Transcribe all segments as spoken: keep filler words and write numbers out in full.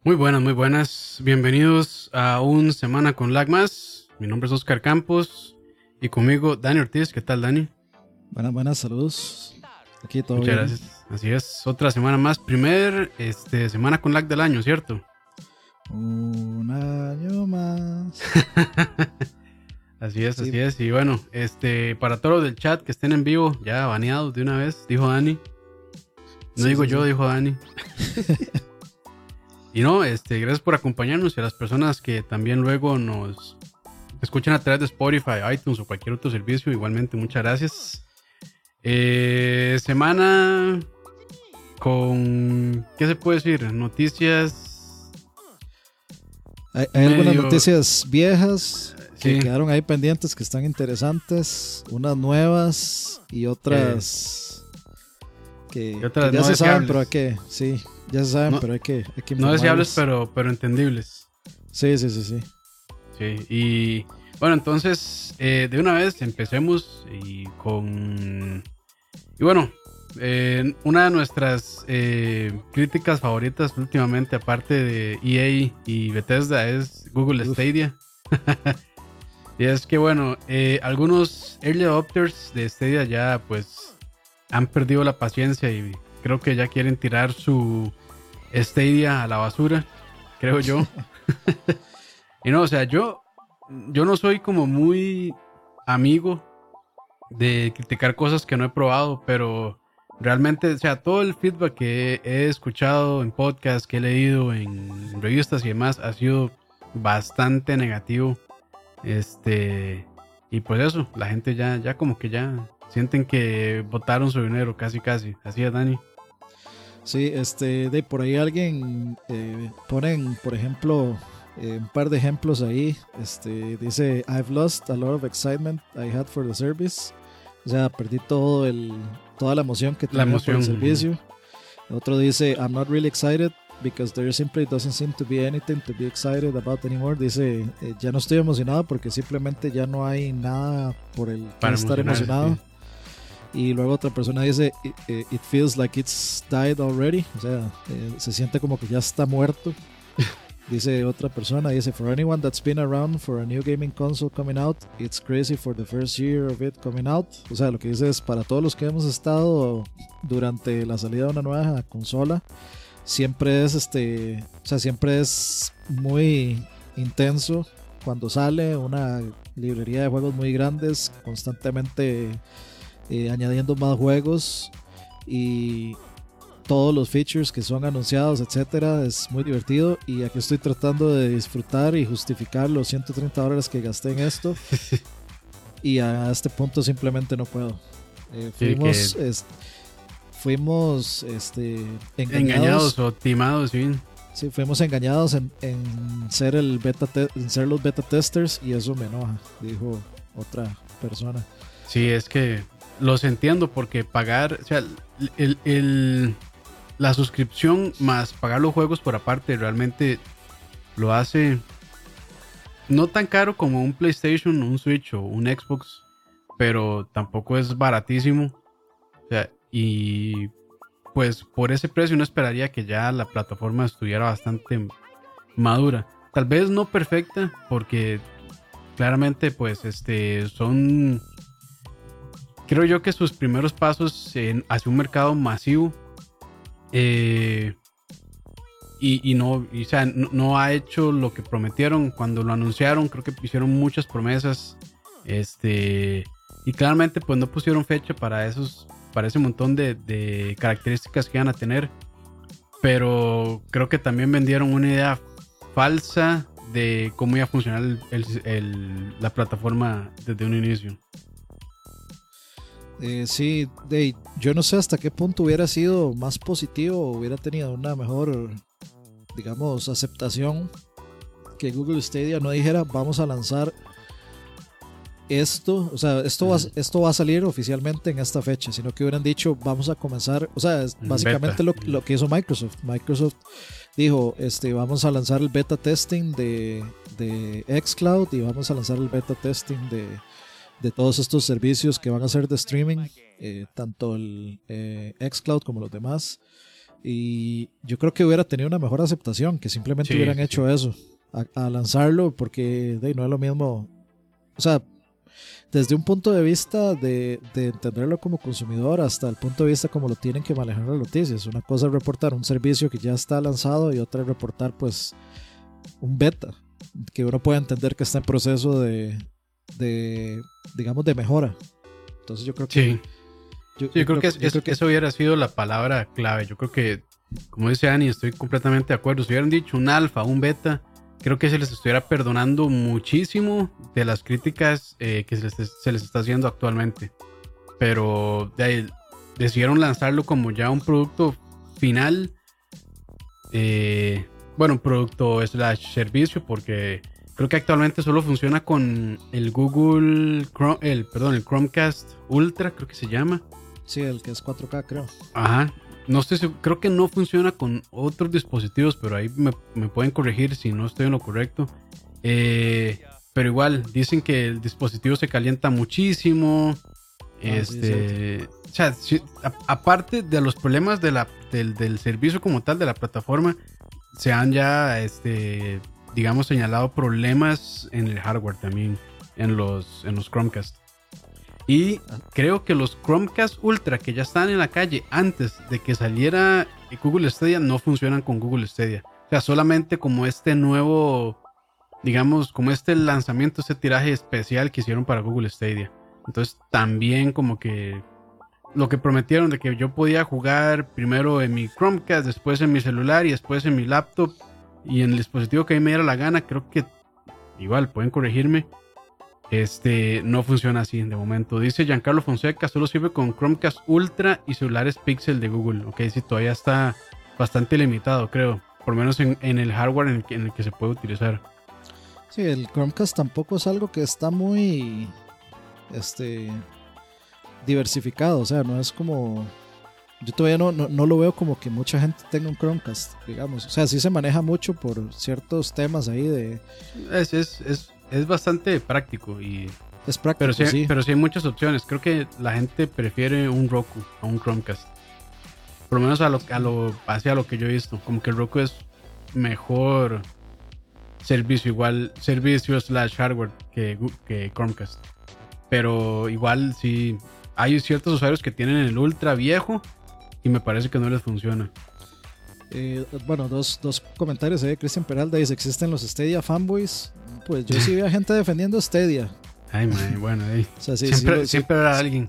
Muy buenas, muy buenas. Bienvenidos a un Semana con Lag más. Mi nombre es Oscar Campos y conmigo Dani Ortiz. ¿Qué tal, Dani? Buenas, buenas, saludos. Aquí todo Muchas bien. gracias. Así es, otra semana más. Primer este, Semana con Lag del año, ¿cierto? Un año más. Así es, Sí. así es. Y bueno, este, para todos los del chat que estén en vivo, ya baneados de una vez, dijo Dani. No Sí, digo sí, yo, sí. dijo Dani. Y no, este, gracias por acompañarnos y a las personas que también luego nos escuchan a través de Spotify, iTunes o cualquier otro servicio, igualmente muchas gracias. Eh, semana con, ¿qué se puede decir? Noticias. Hay, hay medio... algunas noticias viejas que sí. quedaron ahí pendientes, que están interesantes, unas nuevas y otras que, y otras que ya no se saben, deseables. pero hay que, sí, ya se saben, No, pero hay que, hay que no deseables, informarlos. pero, pero entendibles. Sí, sí, sí, sí. Sí, y bueno, entonces eh, de una vez empecemos y con... Y bueno, eh, una de nuestras eh, críticas favoritas últimamente, aparte de E A y Bethesda, es Google Uf. Stadia. Y es que bueno, eh, algunos early adopters de Stadia ya pues han perdido la paciencia y creo que ya quieren tirar su Stadia a la basura, creo yo. Y no, o sea, yo, yo no soy como muy amigo de criticar cosas que no he probado, pero realmente, o sea, todo el feedback que he escuchado en podcasts, que he leído en revistas y demás, ha sido bastante negativo. Este, y pues eso, la gente ya, ya como que ya sienten que botaron su dinero, casi, casi. Así es, Dani. Sí, este, de por ahí alguien eh, ponen, por ejemplo, eh, un par de ejemplos ahí. Este, dice, I've lost a lot of excitement I had for the service. O sea, perdí todo el, toda la emoción que La tenía por emoción. el servicio. Otro dice, I'm not really excited because there simply doesn't seem to be anything to be excited about anymore. Dice, eh, ya no estoy emocionado porque simplemente ya no hay nada por el que Para estar emocionarse, emocionado. sí. Y luego otra persona dice, it, it feels like it's died already. O sea, eh, se siente como que ya está muerto. Dice otra persona, dice, for anyone that's been around for a new gaming console coming out, it's crazy for the first year of it coming out. O sea, lo que dice es, para todos los que hemos estado durante la salida de una nueva consola, siempre es este, o sea, siempre es muy intenso cuando sale una librería de juegos muy grandes, constantemente eh, añadiendo más juegos y todos los features que son anunciados, etcétera. Es muy divertido y aquí estoy tratando de disfrutar y justificar los ciento treinta dólares que gasté en esto y a este punto simplemente no puedo. Eh, fuimos Sí, que... es, fuimos este, engañados, engañados o timados, sí. Sí, fuimos engañados en, en ser el beta te- en ser los beta testers y eso me enoja, dijo otra persona. Sí, es que los entiendo porque pagar, o sea, el, el, la suscripción más pagar los juegos por aparte realmente lo hace no tan caro como un PlayStation, un Switch o un Xbox, pero tampoco es baratísimo. O sea, y pues por ese precio uno esperaría que ya la plataforma estuviera bastante madura. Tal vez no perfecta, porque claramente pues este son... Creo yo que sus primeros pasos en, hacia un mercado masivo eh, y, y no, y, o sea, no, no ha hecho lo que prometieron cuando lo anunciaron. Creo que hicieron muchas promesas, este, y claramente pues no pusieron fecha para esos, para ese montón de, de características que iban a tener. Pero creo que también vendieron una idea falsa de cómo iba a funcionar el, el, el, la plataforma desde un inicio. Eh, sí, de, yo no sé hasta qué punto hubiera sido más positivo, hubiera tenido una mejor, digamos, aceptación que Google Stadia no dijera vamos a lanzar esto, o sea, esto, uh-huh. va, esto va a salir oficialmente en esta fecha, sino que hubieran dicho vamos a comenzar, o sea, es básicamente lo, lo que hizo Microsoft. Microsoft dijo, este, vamos a lanzar el beta testing de, de xCloud y vamos a lanzar el beta testing de de todos estos servicios que van a ser de streaming, eh, tanto el eh, xCloud como los demás. Y yo creo que hubiera tenido una mejor aceptación, que simplemente Sí, hubieran sí, hecho sí. eso, a, a lanzarlo, porque de, ahí, no es lo mismo. O sea, desde un punto de vista de, de entenderlo como consumidor hasta el punto de vista como lo tienen que manejar las noticias. Una cosa es reportar un servicio que ya está lanzado y otra es reportar pues un beta, que uno puede entender que está en proceso de, de digamos, de mejora. Entonces yo creo que Sí, yo, sí, yo yo creo creo, que, es, yo es- creo que eso hubiera sido la palabra clave. Yo creo que, como dice Ani, estoy completamente de acuerdo. Si hubieran dicho un alfa, un beta, creo que se les estuviera perdonando muchísimo de las críticas eh, que se les, se les está haciendo actualmente. Pero de ahí, decidieron lanzarlo como ya un producto final. eh, bueno, un producto slash servicio, porque creo que actualmente solo funciona con el Google Chrome, el, perdón, el Chromecast Ultra, creo que se llama. sí, el que es cuatro K creo. Ajá. No estoy segu- creo que no funciona con otros dispositivos, pero ahí me, me pueden corregir si no estoy en lo correcto. Eh, pero igual, dicen que el dispositivo se calienta muchísimo. Ah, sí, es cierto. Este, o sea, si- a- aparte de los problemas de la, del, del servicio como tal, de la plataforma, se han ya, este, digamos, señalado problemas en el hardware también, en los, en los Chromecast. Y creo que los Chromecast Ultra que ya están en la calle antes de que saliera Google Stadia no funcionan con Google Stadia. O sea, solamente como este nuevo, digamos, como este lanzamiento, este tiraje especial que hicieron para Google Stadia. Entonces también como que lo que prometieron de que yo podía jugar primero en mi Chromecast, después en mi celular y después en mi laptop y en el dispositivo que a mí me diera la gana, creo que igual pueden corregirme. Este no funciona así de momento. Dice Giancarlo Fonseca, solo sirve con Chromecast Ultra y celulares Pixel de Google. Ok, sí, todavía está bastante limitado, creo. Por lo menos en, en el hardware en el, que, en el que se puede utilizar. Sí, el Chromecast tampoco es algo que está muy este diversificado, o sea, no es como yo todavía no, no, no lo veo como que mucha gente tenga un Chromecast, digamos. O sea, sí se maneja mucho por ciertos temas ahí de Es, es, es, es bastante práctico y es práctico, pero sí, sí. pero sí hay muchas opciones. Creo que la gente prefiere un Roku a un Chromecast. Por lo menos a lo, a lo, hacia lo que yo he visto. Como que el Roku es mejor servicio, igual servicio slash hardware que, Gu- que Chromecast. Pero igual sí hay ciertos usuarios que tienen el ultra viejo y me parece que no les funciona. Eh, bueno, dos, dos comentarios ahí. Cristian Peralta dice: ¿existen los Stadia fanboys? Pues yo sí veo gente defendiendo Stadia. Ay, man, bueno, ahí. O sea, sí, sí, siempre, lo- sí, siempre habrá alguien.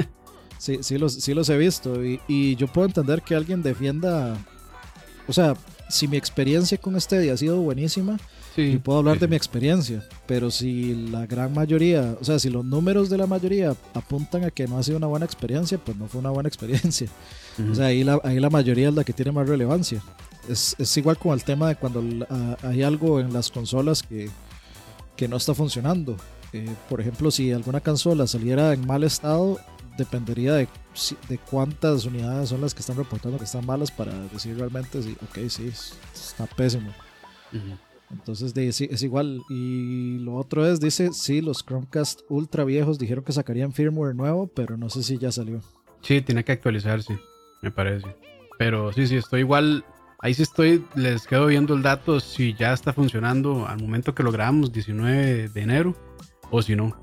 sí, sí los, sí los he visto. Y, y yo puedo entender que alguien defienda. O sea, si mi experiencia con Stadia ha sido buenísima, Sí, y puedo hablar sí, de sí. mi experiencia, pero si la gran mayoría, o sea, si los números de la mayoría apuntan a que no ha sido una buena experiencia, pues no fue una buena experiencia. Ujú. O sea, ahí la, ahí la mayoría es la que tiene más relevancia. Es, es igual con el tema de cuando la- hay algo en las consolas que, que no está funcionando. Eh, por ejemplo, si alguna consola saliera en mal estado, dependería de, si- de cuántas unidades son las que están reportando que están malas para decir realmente si, ok, sí, es- está pésimo. Ujú. Entonces de, sí, es igual. Y lo otro es, dice, sí, los Chromecast ultra viejos dijeron que sacarían firmware nuevo, pero no sé si ya salió. Sí, tiene que actualizarse, me parece. Pero sí, sí, estoy igual. Ahí sí estoy, les quedo viendo el dato si ya está funcionando al momento que lo grabamos, diecinueve de enero, o si no.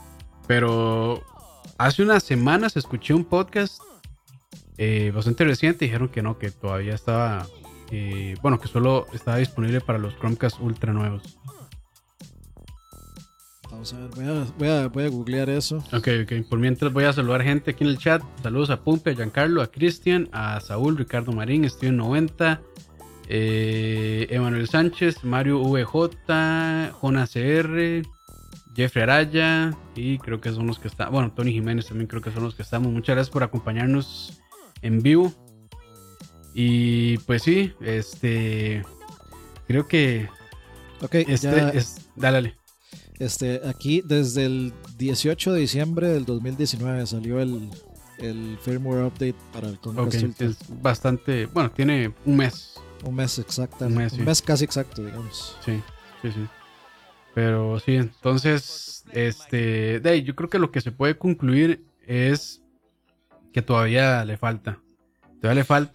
Pero hace unas semanas escuché un podcast eh, bastante reciente y dijeron que no, que todavía estaba, eh, bueno, que solo estaba disponible para los Chromecast Ultra nuevos. Vamos a ver, voy a, voy a, voy a googlear eso. Ok, ok. Por mientras voy a saludar gente aquí en el chat. Saludos a Pumpe, a Giancarlo, a Cristian, a Saúl, Ricardo Marín, Steven noventa, eh, Emanuel Sánchez, Mario V J, Jonas C R, Jeffrey Araya y creo que son los que están. Bueno, Tony Jiménez también creo que son los que estamos. Muchas gracias por acompañarnos en vivo. Y pues sí, este. Creo que. Ok, Este ya, es. Dale, dale. este, aquí desde el dieciocho de diciembre del dos mil diecinueve salió el, el firmware update para el Chromecast Ok, Ultra. es bastante. Bueno, tiene un mes. Un mes exacto, Un un mes, mes, sí. casi exacto, digamos. Sí, sí, sí. Pero sí, entonces, este, de ahí, yo creo que lo que se puede concluir es que todavía le falta. Todavía le falta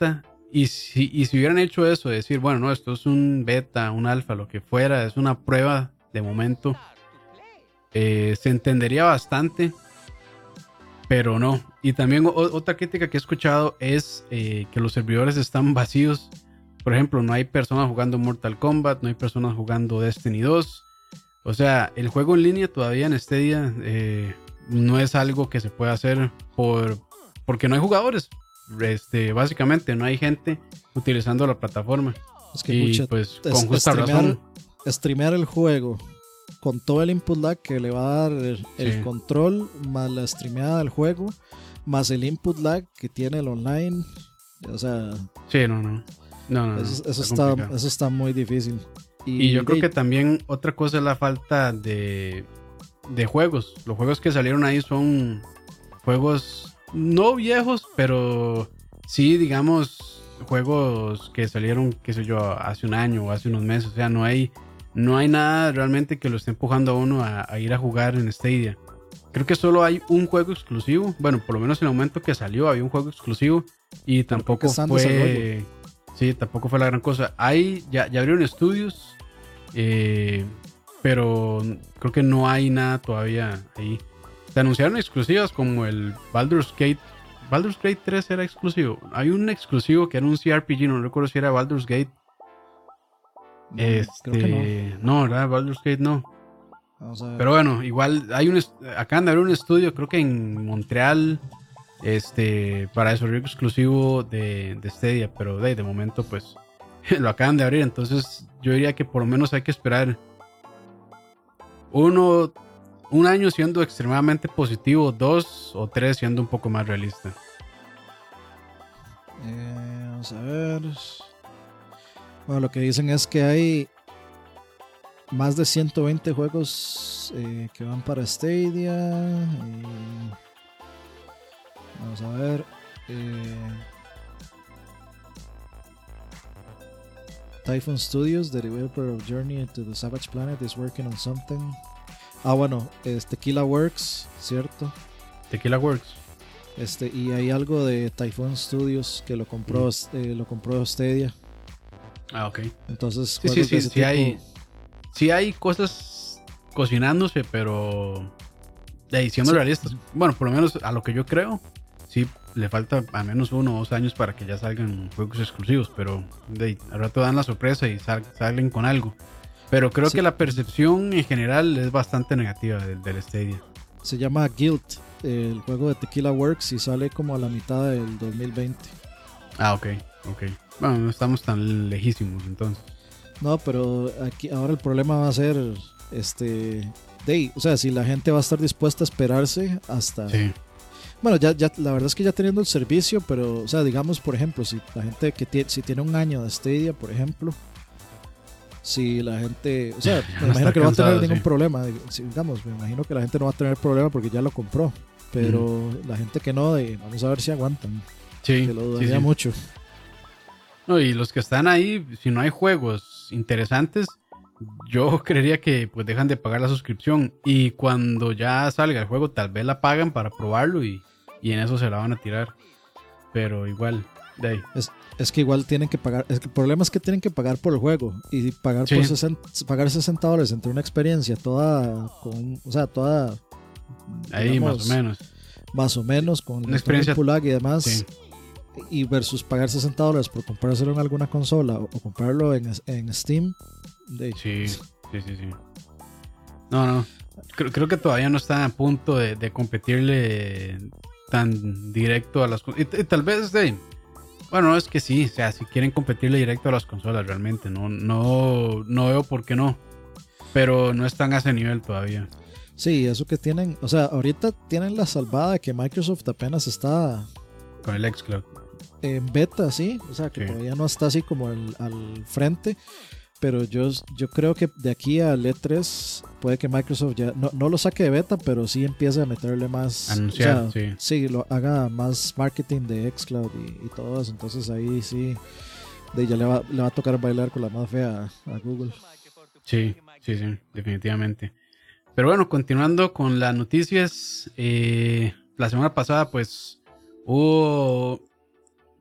Y si, y si hubieran hecho eso, de decir, bueno, no, esto es un beta, un alfa, lo que fuera, es una prueba de momento, eh, se entendería bastante, pero no. Y también o- otra crítica que he escuchado es eh, que los servidores están vacíos. Por ejemplo, no hay personas jugando Mortal Kombat, no hay personas jugando Destiny dos. O sea, el juego en línea todavía en Stadia eh, no es algo que se pueda hacer por, porque no hay jugadores. Este, básicamente no hay gente utilizando la plataforma. Es que, Y pucha, pues es- con justa streamear, razón. streamear el juego con todo el input lag que le va a dar el, el Sí. control, más la streameada del juego, más el input lag que tiene el online. O sea, Sí, no, no. No, no, no, eso, eso está está, complicado. eso está muy difícil. Y, Y yo creo de- que también otra cosa es la falta de, de juegos. Los juegos que salieron ahí son juegos no viejos, pero sí, digamos, juegos que salieron, qué sé yo, hace un año o hace unos meses. O sea, no hay, no hay nada realmente que lo esté empujando a uno a, a ir a jugar en Stadia. Creo que solo hay un juego exclusivo. Bueno, por lo menos en el momento que salió había un juego exclusivo y Pero creo que tampoco está en fue... desarrollo. Sí, tampoco fue la gran cosa. Hay, ya, ya abrieron estudios, eh, pero creo que no hay nada todavía ahí. Se anunciaron exclusivas como el Baldur's Gate. Baldur's Gate tres era exclusivo. Hay un exclusivo que era un C R P G, no recuerdo si era Baldur's Gate. No, Este, creo que no. no, ¿verdad? Baldur's Gate no. Vamos a ver. Pero bueno, igual hay un est- acaban de abrir un estudio, creo que en Montreal, este, para desarrollo exclusivo de, de Stadia, pero de, de momento pues lo acaban de abrir, entonces yo diría que por lo menos hay que esperar uno, un año siendo extremadamente positivo, dos o tres siendo un poco más realista. Eh, vamos a ver. Bueno, lo que dicen es que hay más de ciento veinte juegos eh, que van para Stadia. Y vamos a ver. Eh, Typhoon Studios, the developer of Journey to the Savage Planet, is working on something. Ah, bueno, es Tequila Works, ¿cierto? Tequila Works. Este, y hay algo de Typhoon Studios que lo compró, Mm. eh, lo compró Stadia. Ah, ok. Entonces, Sí, sí, juegos de sí, ese sí tipo- hay, sí hay cosas cocinándose, pero de ahí, siendo Sí. realistas, bueno, por lo menos a lo que yo creo, sí le falta al menos uno o dos años para que ya salgan juegos exclusivos, pero de ahí, al rato dan la sorpresa y sal- salen con algo. Pero creo Sí. que la percepción en general es bastante negativa del, del Stadia. Se llama Guild, el juego de Tequila Works, y sale como a la mitad del dos mil veinte. Ah, ok, ok. Bueno, no estamos tan lejísimos entonces. No, pero aquí ahora el problema va a ser, este, de, o sea, si la gente va a estar dispuesta a esperarse hasta, Sí, bueno, ya, ya, la verdad es que ya teniendo el servicio, pero, o sea, digamos, por ejemplo, si la gente que tiene, si tiene un año de Stadia, por ejemplo, si la gente, o sea, Ya me no imagino está que no va a tener cansado, ningún sí. problema, si, digamos, me imagino que la gente no va a tener problema porque ya lo compró, pero la gente que no, de, vamos a ver si aguantan, sí, que lo sí, dudaría sí. mucho. No, y los que están ahí, si no hay juegos interesantes, yo creería que pues dejan de pagar la suscripción y cuando ya salga el juego tal vez la pagan para probarlo y, y en eso se la van a tirar. Pero igual, de ahí. Es, es que igual tienen que pagar. Es que el problema es que tienen que pagar por el juego. Y pagar Sí. por sesenta, pagar sesenta dólares entre una experiencia toda con, o sea, toda Ahí digamos, más o menos. más o menos con Una experiencia- el lag y demás. Sí. Y versus pagar sesenta dólares por comprárselo en alguna consola o, o comprarlo en, en Steam. De, Sí, sí, sí, sí. No, no. Creo, creo que todavía no está a punto de, de competirle tan directo a las consolas. Y, y tal vez de... Bueno, es que sí, o sea, si quieren competirle directo a las consolas realmente, no, no, no veo por qué no. Pero no están a ese nivel todavía. Sí, eso que tienen. O sea, ahorita tienen la salvada de que Microsoft apenas está Con el xCloud. en beta, sí, o sea que Sí. todavía no está así como el- al frente, pero yo, yo creo que de aquí al E tres puede que Microsoft ya no, no lo saque de beta, pero sí empiece a meterle más, Anunciar, o sea, sí. lo haga más marketing de xCloud y, y todo eso, entonces ahí sí, de ya le va, le va a tocar bailar con la más fea a, a Google. Sí, sí, sí, definitivamente. Pero bueno, continuando con las noticias, eh, la semana pasada pues hubo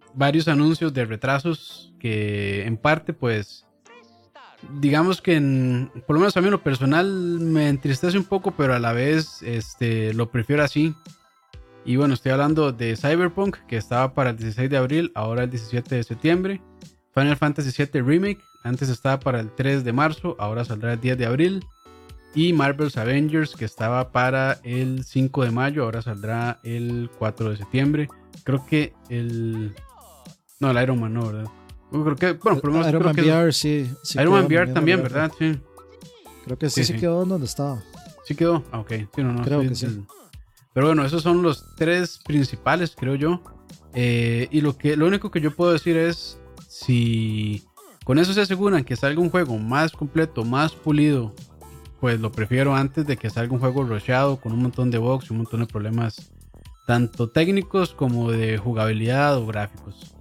varios anuncios de retrasos que en parte pues digamos que en, por lo menos a mí en lo personal me entristece un poco, pero a la vez este, lo prefiero así. Y bueno, estoy hablando de Cyberpunk, que estaba para el dieciséis de abril, ahora el diecisiete de septiembre. Final Fantasy siete Remake, antes estaba para el tres de marzo, ahora saldrá el diez de abril. Y Marvel's Avengers, que estaba para el cinco de mayo, ahora saldrá el cuatro de septiembre. Creo que el... No, el Iron Man no, ¿verdad? Creo que, bueno, por lo menos Iron creo Man que V R, sí, sí. Iron Man quedó V R también, noviembre. ¿verdad? Sí. Creo que sí, Sí, sí, sí. quedó donde estaba. Sí quedó. Ah, ok. Sí, no, no, Creo sí, que sí. el- Pero bueno, esos son los tres principales, creo yo. Eh, y lo que, lo único que yo puedo decir es si con eso se aseguran que salga un juego más completo, más pulido, pues lo prefiero antes de que salga un juego rusheado con un montón de bugs y un montón de problemas, tanto técnicos como de jugabilidad o gráficos.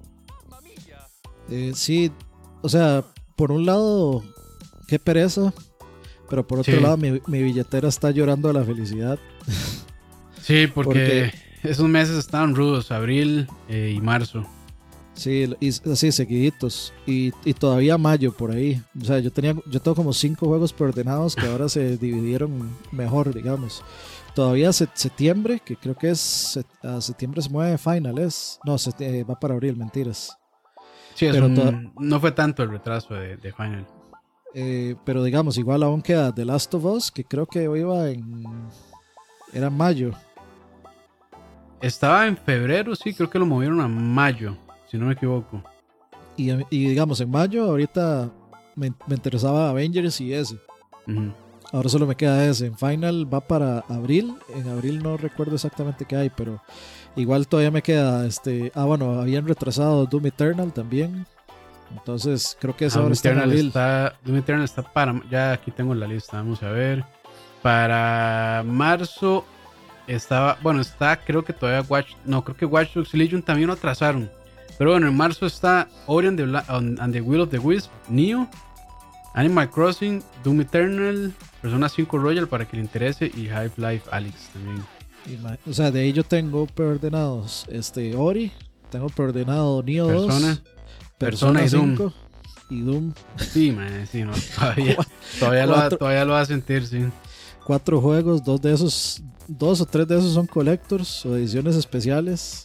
Eh, sí, o sea, por un lado, qué pereza, pero por otro Sí. lado, mi, mi billetera está llorando de la felicidad. Sí, porque, Porque- esos meses estaban rudos, abril eh, y marzo. Sí, y así seguiditos. Y, y todavía mayo por ahí. O sea, yo tenía, yo tengo como cinco juegos preordenados que ahora se dividieron mejor, digamos. Todavía se- septiembre, que creo que es se- a septiembre se mueve Final, es. No, se- eh, va para abril, mentiras. Sí, es Pero un- to- no fue tanto el retraso de, de Final. Eh, pero digamos, igual aún queda The Last of Us, que creo que iba en. Era en mayo. Estaba en febrero, sí, creo que lo movieron a mayo, si no me equivoco. Y, y digamos, en mayo, ahorita me, me interesaba Avengers y ese. Ujú. Ahora solo me queda ese. En Final va para abril. En abril no recuerdo exactamente qué hay, pero igual todavía me queda este. Ah, bueno, habían retrasado Doom Eternal también. Entonces creo que ese Ah, ahora Doom está en Eternal abril. está, Doom Eternal está para, ya aquí tengo la lista, vamos a ver. Para marzo estaba, bueno, está, creo que todavía Watch, no, creo que Watch Dogs Legion también lo atrasaron. Pero bueno, en marzo está Ori and the, Bla- and and the Will of the Wisp, Neo, Animal Crossing, Doom Eternal, Persona cinco Royal para que le interese y Half-Life Alyx también. Ima- O sea, de ahí yo tengo preordenados este, Ori. Tengo preordenado Neo Persona, dos. Persona y Doom. cinco, y Doom. Sí, man, sí, no, todavía, todavía, lo va, Cuatro. todavía lo va a sentir, sí. Cuatro juegos, dos de esos, dos o tres de esos son collectors o ediciones especiales.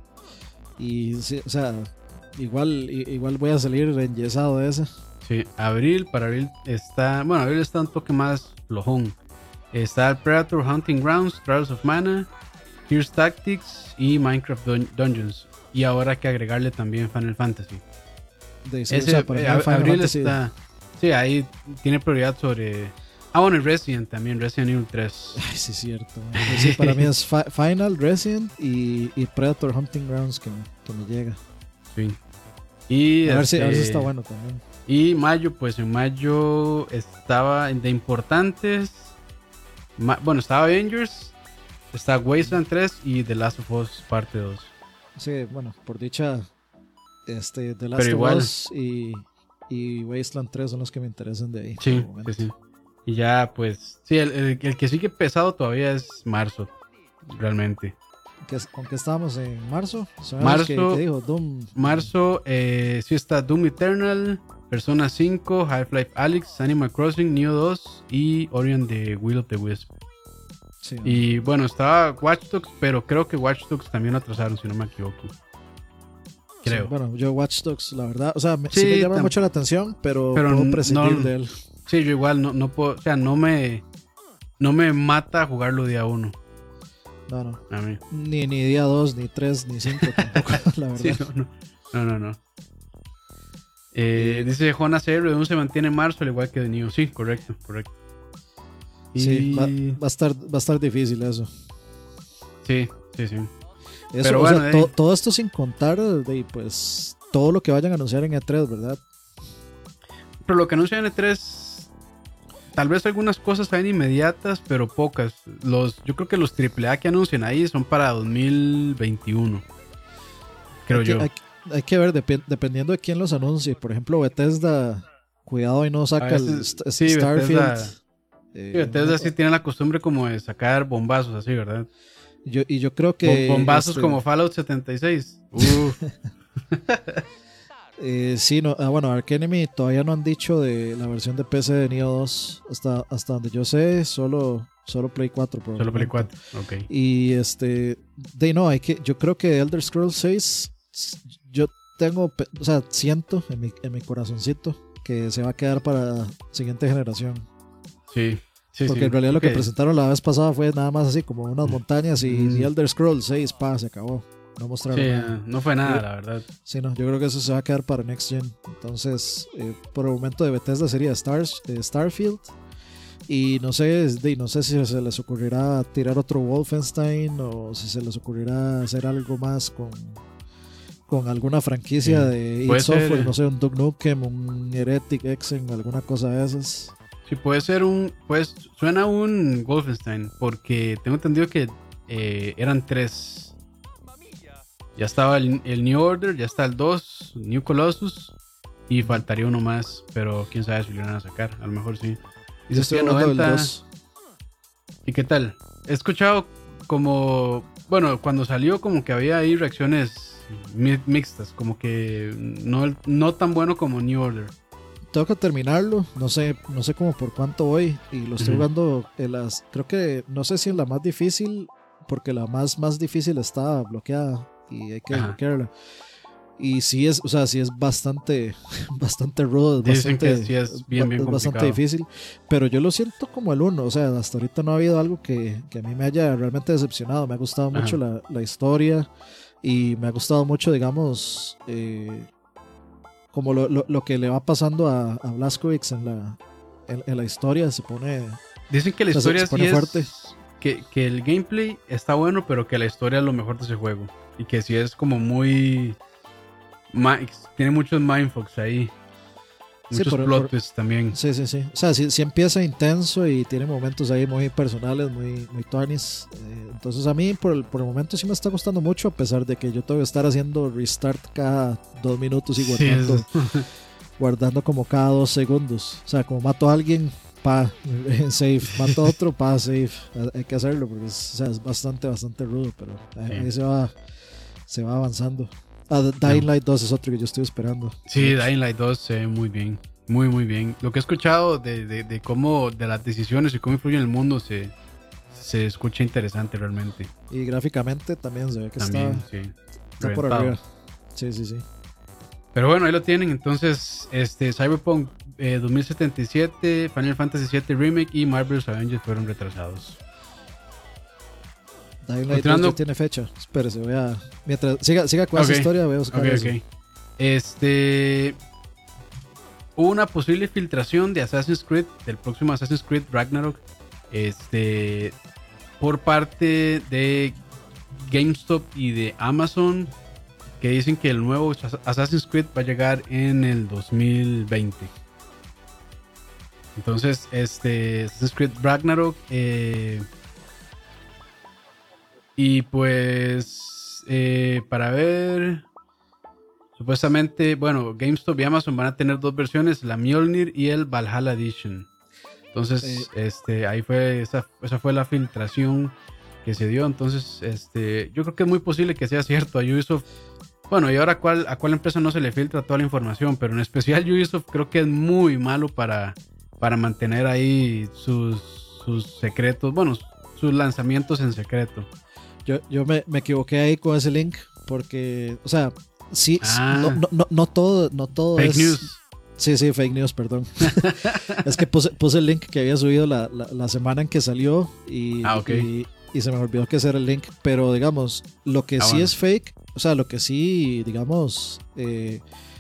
Y sí, o sea, igual, i- igual voy a salir enyesado de ese. Sí, abril, para abril está, bueno, abril está un toque más flojón. Está el Predator Hunting Grounds, Trials of Mana, Gears Tactics y Minecraft Dun- Dungeons. Y ahora hay que agregarle también Final Fantasy. De, sí, Ese, o sea, para eh, mí ab- Final abril Fantasy- está, sí, ahí tiene prioridad sobre... Ah, bueno, y Resident también, Resident Evil tres. Ay, sí, es cierto. man. Sí, para mí es Fi- Final, Resident y, y Predator Hunting Grounds que me, que me llega. Sí. Y, A ver, si, a ver si este, está bueno también. Y mayo, pues en mayo estaba de importantes. Ma- bueno, estaba Avengers, está Wasteland tres y The Last of Us parte dos. Sí, bueno, por dicha, este, The Last Pero of igual. Us y, y Wasteland tres son los que me interesan de ahí. por Sí, el momento. sí, sí. Y ya, pues, sí, el, el- el que sigue pesado todavía es marzo, realmente. ¿Qué- ¿Con qué estábamos en marzo? ¿Se me Marzo- hace que- que dijo? Doom. Marzo, eh, sí está Doom Eternal, Persona cinco, Half-Life Alyx, Animal Crossing, Neo dos y Ori and the Will of the Wisp. Sí, no. Y bueno, estaba Watch Dogs, pero creo que Watch Dogs también lo atrasaron, si no me equivoco. Creo. Sí, bueno, yo Watch Dogs, la verdad, o sea, me, sí, Sí, me llama tam- mucho la atención, pero, pero puedo n- prescindir no- de él. Sí, yo igual no, no puedo, o sea, no me, no me mata jugarlo día uno. No, no. A mí. Ni, ni día dos, ni tres, ni cinco tampoco, la verdad. Sí, no, no, no, no. no. Eh, dice Jonas R. Doom se mantiene en marzo, al igual que de Neo. Sí, correcto, correcto. Y... Sí, va, va a estar, va a estar difícil eso. sí, sí, sí. Eso, Pero o sea, bueno, to- eh. todo esto sin contar de, pues, todo lo que vayan a anunciar en E tres, ¿verdad? Pero lo que anuncia N tres, tal vez algunas cosas sean inmediatas, pero pocas. Los, yo creo que los triple A que anuncian ahí son para dos mil veintiuno. Creo hay que, yo. Hay, hay que ver, depen- dependiendo de quién los anuncie. Por ejemplo, Bethesda, cuidado y no saca A el veces- St- sí, Starfield. Bethesda- Eh, Sí, Bethesda no- sí tiene la costumbre como de sacar bombazos así, ¿verdad? yo, y yo creo que... Bombazos este, como Fallout setenta y seis. Uf. Eh, sí, no, ah, bueno, Arc Enemy todavía no han dicho de la versión de P C de Nioh dos. Hasta, hasta donde yo sé, solo, solo Play cuatro. Por Solo Play cuatro, ok. Y este, de no, hay que, yo creo que Elder Scrolls seis, yo tengo, o sea, siento en mi, en mi corazoncito que se va a quedar para siguiente generación. Sí, sí, Porque sí. en realidad lo que Okay. presentaron la vez pasada fue nada más así como unas montañas y, Mm. y Elder Scrolls seis, pa, se acabó. No mostraron Sí, nada. no fue nada, Yo- la verdad. Sí, no, yo creo que eso se va a quedar para Next Gen. Entonces, eh, por el momento de Bethesda sería Stars, eh, Starfield. Y no sé, es de- no sé si se les ocurrirá tirar otro Wolfenstein o si se les ocurrirá hacer algo más con, con alguna franquicia Sí. de id Puede ser, Software, eh. no sé, un Duke Nukem, un Heretic, Exen, alguna cosa de esas. Sí, puede ser un. Pues suena un Wolfenstein, porque tengo entendido que eh, eran tres. Ya estaba el, el New Order, ya está el dos, New Colossus, y faltaría uno más, pero quién sabe si lo van a sacar. A lo mejor sí. Y Dice estoy que hablando del noventa. dos. ¿Y qué tal? He escuchado como. Bueno, cuando salió, como que había ahí reacciones mi- mixtas, como que no, no tan bueno como New Order. Tengo que terminarlo, no sé, no sé cómo por cuánto voy y lo estoy Ujú. jugando en las, creo que no sé si en la más difícil, porque la más más difícil está bloqueada y hay que Ajá. desbloquearla. Y sí es, o sea, sí es bastante bastante rudo, es Dicen bastante, que sí es bien, bien es bastante complicado. difícil, pero yo lo siento como el uno, o sea, hasta ahorita no ha habido algo que, que a mí me haya realmente decepcionado, me ha gustado Ajá. mucho la, la historia y me ha gustado mucho, digamos, eh, como lo, lo, lo que le va pasando a, a Blazkowicz en la, en, en la historia, se pone, Dicen que la o sea, se- historia se pone sí fuerte. es. Que, que el gameplay está bueno, pero que la historia es lo mejor de ese juego. Y que sí es como muy. ma- Tiene muchos mindfucks ahí. Sí, Muchos por- plot por- twists también. sí, sí, sí, o sea, sí, sí empieza intenso y tiene momentos ahí muy personales, muy, muy tuanis, eh, entonces a mí por el, por el momento sí me está gustando mucho, a pesar de que yo tengo que estar haciendo restart cada dos minutos y Sí, guardando, es- guardando como cada dos segundos, o sea, como mato a alguien, pa, save, mato a otro, pa, save, hay que hacerlo porque es, o sea, es bastante, bastante rudo, pero ahí, Sí. ahí se va, se va avanzando. Ah, Dying Light dos es otro que yo estoy esperando. Sí, Dying Light dos se ve muy bien. Muy, muy bien. Lo que he escuchado de, de, de cómo, de las decisiones y cómo influyen en el mundo, se, se escucha interesante realmente. Y gráficamente también se ve que También, está, sí. está por Reventado. arriba. Sí, sí, sí. Pero bueno, ahí lo tienen. Entonces, este Cyberpunk eh, dos mil setenta y siete, Final Fantasy siete Remake y Marvel's Avengers fueron retrasados. Dying Light dos Continuando- ya tiene fecha. Espérese, voy a. Mientras siga, siga con esa Ok, historia, voy a buscar Ok, eso. ok. Este. Hubo una posible filtración de Assassin's Creed, del próximo Assassin's Creed Ragnarok. Este. Por parte de GameStop y de Amazon. Que dicen que el nuevo Assassin's Creed va a llegar en el dos mil veinte. Entonces, este. Assassin's Creed Ragnarok. Eh, y pues. eh, para ver. Supuestamente, bueno, GameStop y Amazon van a tener dos versiones, la Mjolnir y el Valhalla Edition. Entonces, Eh. este, ahí fue, esa, esa fue la filtración que se dio. Entonces, este, yo creo que es muy posible que sea cierto. A Ubisoft, bueno, y ahora a cuál, a cuál empresa no se le filtra toda la información, pero en especial Ubisoft creo que es muy malo para, para mantener ahí sus, sus secretos, bueno, sus lanzamientos en secreto. Yo, yo me, me equivoqué ahí con ese link porque, o sea, sí, Ah. no, no, no, no todo, no todo Fake es. news. Sí, sí, fake news, perdón. Es que puse, puse el link que había subido la, la, la semana en que salió y, Ah, ok. y, y se me olvidó que ese era el link. Pero digamos, lo que Ah, sí bueno. es fake, o sea, lo que sí, digamos, eh,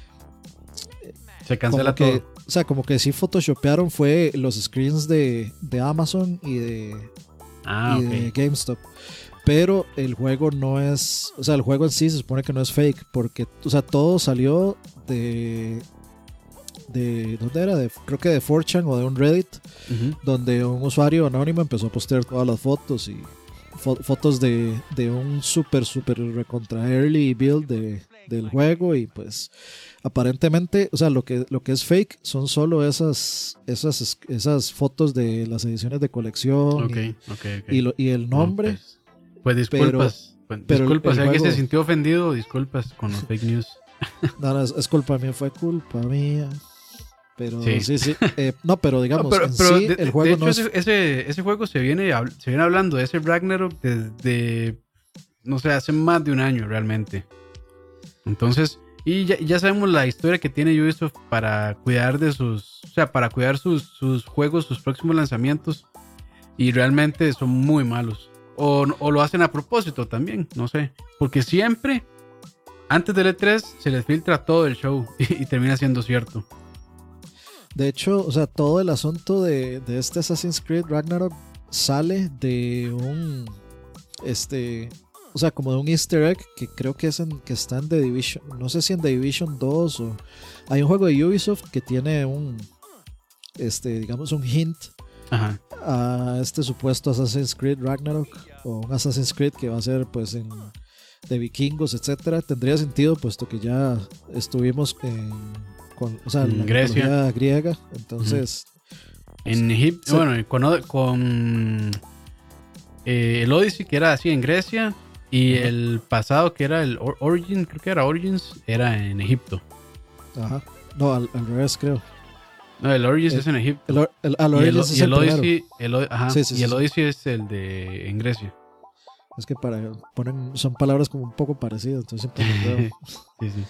Se cancela como que, todo. o sea, como que sí photoshopearon fue los screens de, de Amazon y de, Ah, y de ok. GameStop. Pero el juego no es, o sea, el juego en sí se supone que no es fake, porque, o sea, todo salió de, de, ¿dónde era? De, creo que de four chan o de un Reddit, Ujú. donde un usuario anónimo empezó a postear todas las fotos y fo- fotos de, de un super, super recontra early build de, del juego y pues aparentemente, o sea, lo que, lo que es fake son solo esas, esas, esas fotos de las ediciones de colección Ok, y, ok, ok. y, lo- y el No, nombre. pues, pues disculpas. Pues, pero el- disculpas, el si alguien juego- se sintió ofendido, disculpas con los fake news. No, no, es, es culpa mía, fue culpa mía. Pero sí, Sí. sí. eh, no, pero digamos, No, pero, en pero sí, de, el de- juego de hecho no es. ese, ese, ese juego se viene, hab- se viene hablando de ese Ragnarok desde, no sé, hace más de un año realmente. Entonces, y ya, ya sabemos la historia que tiene Ubisoft para cuidar de sus, o sea, para cuidar sus, sus juegos, sus próximos lanzamientos. Y realmente son muy malos. O, o lo hacen a propósito también, no sé. Porque siempre, antes del E tres, se les filtra todo el show y, y termina siendo cierto. De hecho, o sea, todo el asunto de, de este Assassin's Creed Ragnarok sale de un. Este. O sea, como de un Easter egg que creo que es en, que está en The Division. No sé si en The Division dos o. Hay un juego de Ubisoft que tiene un. Este, digamos, un hint Ajá. a este supuesto Assassin's Creed Ragnarok o un Assassin's Creed que va a ser pues en de vikingos, etcétera. Tendría sentido puesto que ya estuvimos en con, o sea, En la Grecia. mitología griega, entonces En Egipto, sí. bueno, con, con eh, el Odyssey, que era así en Grecia. Y Ajá. el pasado, que era el Or- Origin, creo que era Origins, era en Egipto. Ajá. No, al, al revés creo. No, el Origins El, es en Egipto. el, Or- el, al Y el, Origins y es el el primero. Odyssey, el, O- ajá, Sí, sí, y sí, el sí. Odyssey es el de en Grecia. Es que para ponen son palabras como un poco parecidas, entonces siempre me enredo. Sí, sí.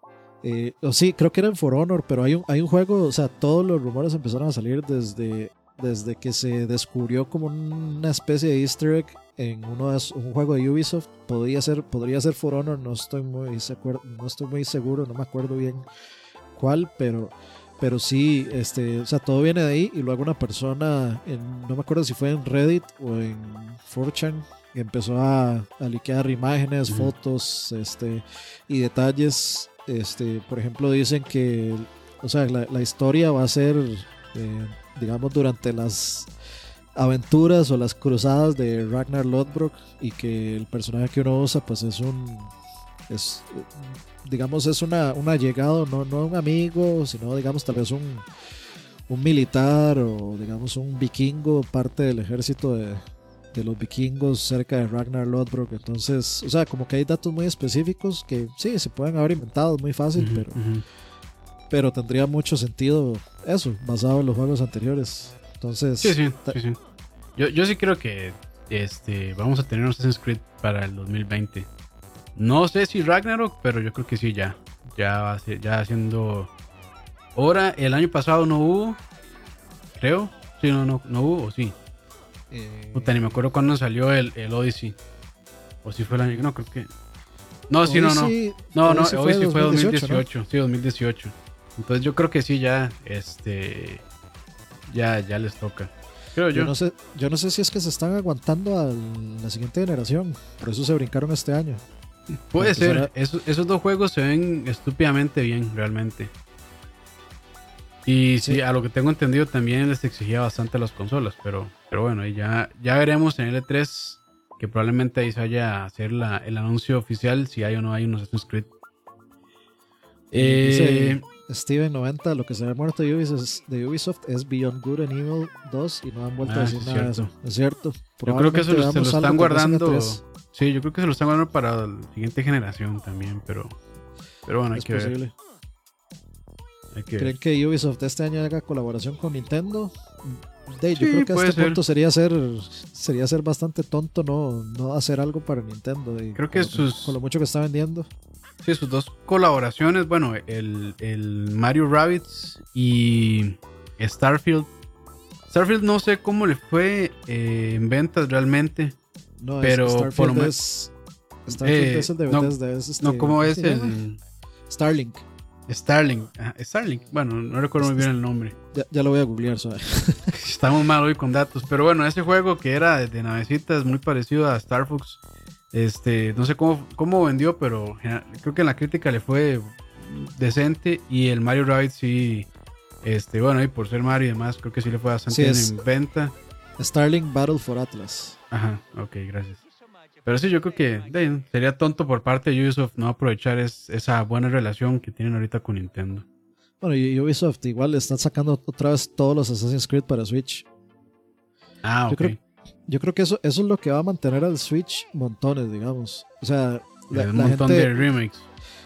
Eh, o sí, creo que era en For Honor, pero hay un, hay un juego, o sea, todos los rumores empezaron a salir desde, desde que se descubrió como una especie de Easter egg en uno de, un juego de Ubisoft. Podría ser, podría ser For Honor, no estoy muy, no estoy muy seguro, no me acuerdo bien cuál, pero, pero sí, este, o sea, todo viene de ahí y luego una persona, en, no me acuerdo si fue en Reddit o en four chan, empezó a, a liquear imágenes, Ujú. fotos, este, y detalles. Este, por ejemplo, dicen que, o sea, la, la historia va a ser, eh, digamos, durante las aventuras o las cruzadas de Ragnar Lodbrok y que el personaje que uno usa, pues es un, es, digamos, es una, un allegado, no, no un amigo, sino, digamos, tal vez un, un militar o, digamos, un vikingo, parte del ejército de, de los vikingos cerca de Ragnar Lodbrok. Entonces, o sea, como que hay datos muy específicos que sí, se pueden haber inventado, es muy fácil, Ujú, pero, ujú. pero tendría mucho sentido eso, basado en los juegos anteriores. Entonces, Sí, sí, ta- sí, sí. Yo, yo sí creo que este, vamos a tener un Assassin's Creed para el dos mil veinte. No sé si Ragnarok, pero yo creo que sí ya. Ya va a ser- ya haciendo hora. El año pasado no hubo, creo. Sí, no, no, no hubo, o sí. eh, Puta, ni me acuerdo cuándo salió el, el Odyssey. O si fue el año, no, creo que. No, sí, no, no. Odyssey- No, no, Odyssey Odyssey fue dos mil dos mil dieciocho, ¿no? dieciocho. Sí, dos mil dieciocho. Entonces yo creo que sí ya, este, ya, ya les toca. Creo Yo yo. no sé, yo no sé si es que se están aguantando a la siguiente generación, por eso se brincaron este año. Puede Empezar ser. a- Esos, esos dos juegos se ven estúpidamente bien, realmente. Y sí, Sí. a lo que tengo entendido también les exigía bastante a las consolas, pero, pero bueno, ahí ya, ya veremos en el E tres, que probablemente ahí se vaya a hacer la, el anuncio oficial si hay o no hay unos Assassin's Creed. Y Eh, dice Steven noventa, lo que se ha muerto de Ubisoft, es, de Ubisoft es Beyond Good and Evil dos y no han vuelto Ah, a decir sí, nada de cierto. eso. Es cierto. yo creo que eso lo- se lo Probablemente están veamos algo tal vez en guardando. E tres. Sí, yo creo que se lo están guardando para la siguiente generación también, pero, pero bueno, hay Es que ver. posible. Hay que ver. ¿Creen que Ubisoft este año haga colaboración con Nintendo? De, yo Sí, creo que a puede este ser. punto sería ser sería ser bastante tonto no, no hacer algo para Nintendo. Y Creo que con, lo, sus- con lo mucho que está vendiendo. Sí, sus dos colaboraciones, bueno, el, el Mario Rabbids y Starfield. Starfield no sé cómo le fue eh, en ventas realmente. No, Pero es, por lo Starfield men- es Starfield Eh, es el de no, Bethesda, es este, No, ¿cómo es se llama? el Starlink. Starlink? Ah, Starlink, bueno, no recuerdo muy bien el nombre. Ya, ya lo voy a googlear, suave. Estamos mal hoy con datos, pero bueno, ese juego que era de, de navecitas muy parecido a Star Fox. Este, no sé cómo, cómo vendió, pero creo que en la crítica le fue decente. Y el Mario Rabbids sí, este, bueno, y por ser Mario y demás, creo que sí le fue bastante Sí, bien es- en venta. Starlink Battle for Atlas. Ajá, ok, gracias. Pero sí, yo creo que de, sería tonto por parte de Ubisoft no aprovechar es, esa buena relación que tienen ahorita con Nintendo. Bueno, y Ubisoft igual están sacando otra vez todos los Assassin's Creed para Switch. Ah, Yo ok. creo- Yo creo que eso, eso es lo que va a mantener al Switch montones, digamos. O sea, la, Eh, un la montón gente, de remakes.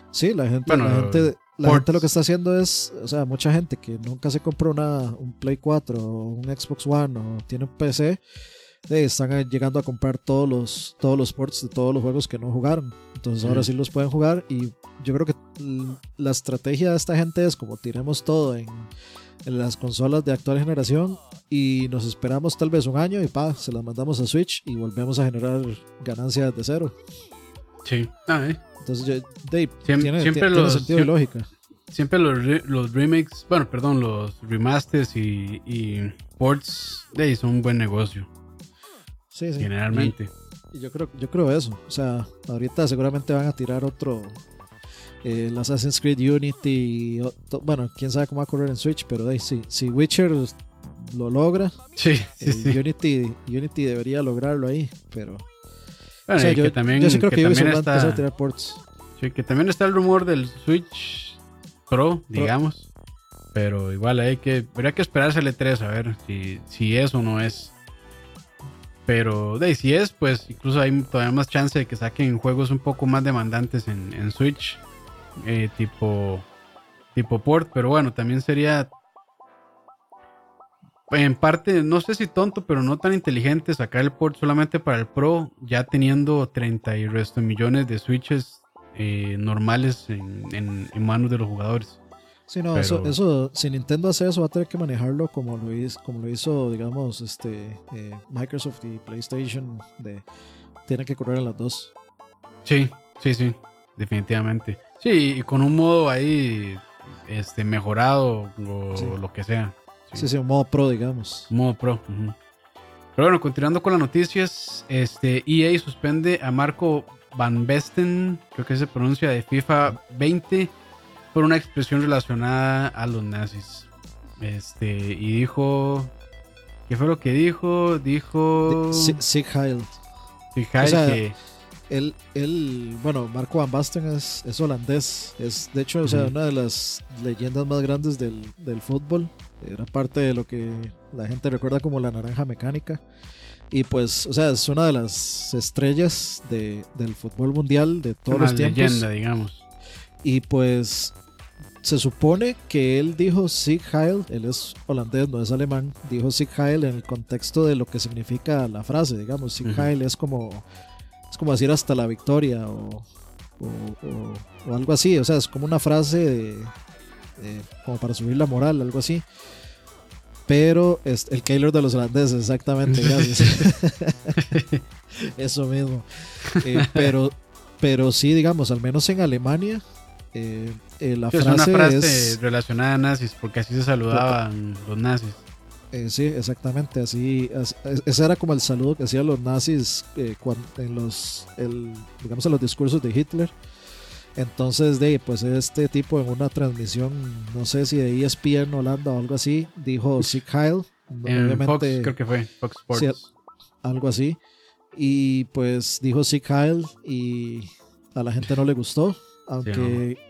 Sí, la gente, Bueno, la gente, la ports. gente lo que está haciendo es, o sea, mucha gente que nunca se compró una, un Play cuatro o un Xbox One o tiene un P C, eh, están eh, llegando a comprar todos los, todos los ports de todos los juegos que no jugaron. Entonces ahora Mm. sí los pueden jugar y yo creo que l- la estrategia de esta gente es como tiremos todo en, en las consolas de actual generación y nos esperamos tal vez un año y pa, se las mandamos a Switch y volvemos a generar ganancias de cero. Sí. Ah, eh. Entonces, yo, Dave, Siem- tiene, siempre tiene los- sentido y siem- lógica. Siempre los, re- los remakes, bueno, perdón, los remasters y, y ports de ahí son un buen negocio, Sí, sí. generalmente. Y, y yo creo, yo creo eso. O sea, ahorita seguramente van a tirar otro. eh, el Assassin's Creed Unity. o- to- bueno, quién sabe cómo va a correr en Switch, pero de ahí, sí, si Witcher lo logra, Sí, sí, el sí. Unity, Unity debería lograrlo ahí. Pero. Bueno, o sea, y yo, que también, yo sí creo que, que Ubisoft también va a empezar a está, tirar ports. sí, que también está el rumor del Switch Pro, digamos. Pero igual hay que, habría que esperarse el E tres a ver si, si es o no es. Pero de ahí, si es, pues incluso hay todavía más chance de que saquen juegos un poco más demandantes en, en Switch. eh, tipo, tipo port. Pero bueno, también sería en parte, no sé si tonto, pero no tan inteligente sacar el port solamente para el Pro, ya teniendo treinta y resto millones de Switches eh, normales en, en, en manos de los jugadores. Sí, no, Pero- eso, eso, si Nintendo hace eso, va a tener que manejarlo como lo hizo, como lo hizo digamos, este eh, Microsoft y PlayStation. De, tienen que correr en las dos. Sí, sí, sí, definitivamente. Sí, y con un modo ahí este, mejorado o Sí. lo que sea. Sí, sí, un modo pro, digamos. Modo pro. Ujú. Pero bueno, continuando con las noticias, este E A suspende a Marco Van Basten, creo que se pronuncia, de FIFA veinte por una expresión relacionada a los nazis. Este, y dijo, ¿qué fue lo que dijo? Dijo, De- Si- Sieg Heil. fijáis o sea, que Él, él, bueno, Marco Van Basten es, es holandés. Es, de hecho, o sea, Ujú. una de las leyendas más grandes del, del fútbol. Era parte de lo que la gente recuerda como la naranja mecánica. Y pues, o sea, es una de las estrellas de, del fútbol mundial de todos una los tiempos. leyenda, digamos. Y pues se supone que él dijo Sieg Heil, él es holandés, no es alemán, dijo Sieg Heil en el contexto de lo que significa la frase, digamos, Sieg Ujú. Heil es como, es como decir hasta la victoria o, o, o- o algo así, o sea, es como una frase de, de- como para subir la moral, algo así. Pero es el Keylor de los holandeses, exactamente, gracias. Eso mismo. Eh, pero, pero sí, digamos, al menos en Alemania, eh, eh, la Es frase, una frase es. relacionada a nazis, porque así se saludaban los nazis. eh, sí, exactamente, así. as- es- ese era como el saludo que hacían los nazis eh, cuan- en los, el, digamos, en los discursos de Hitler. Entonces, de pues este tipo en una transmisión, no sé si de E S P N Holanda o algo así, dijo Sieg Heil. En Fox, creo que fue, Fox Sports. Sí, algo así. Y pues dijo Sieg Heil y a la gente no le gustó. Aunque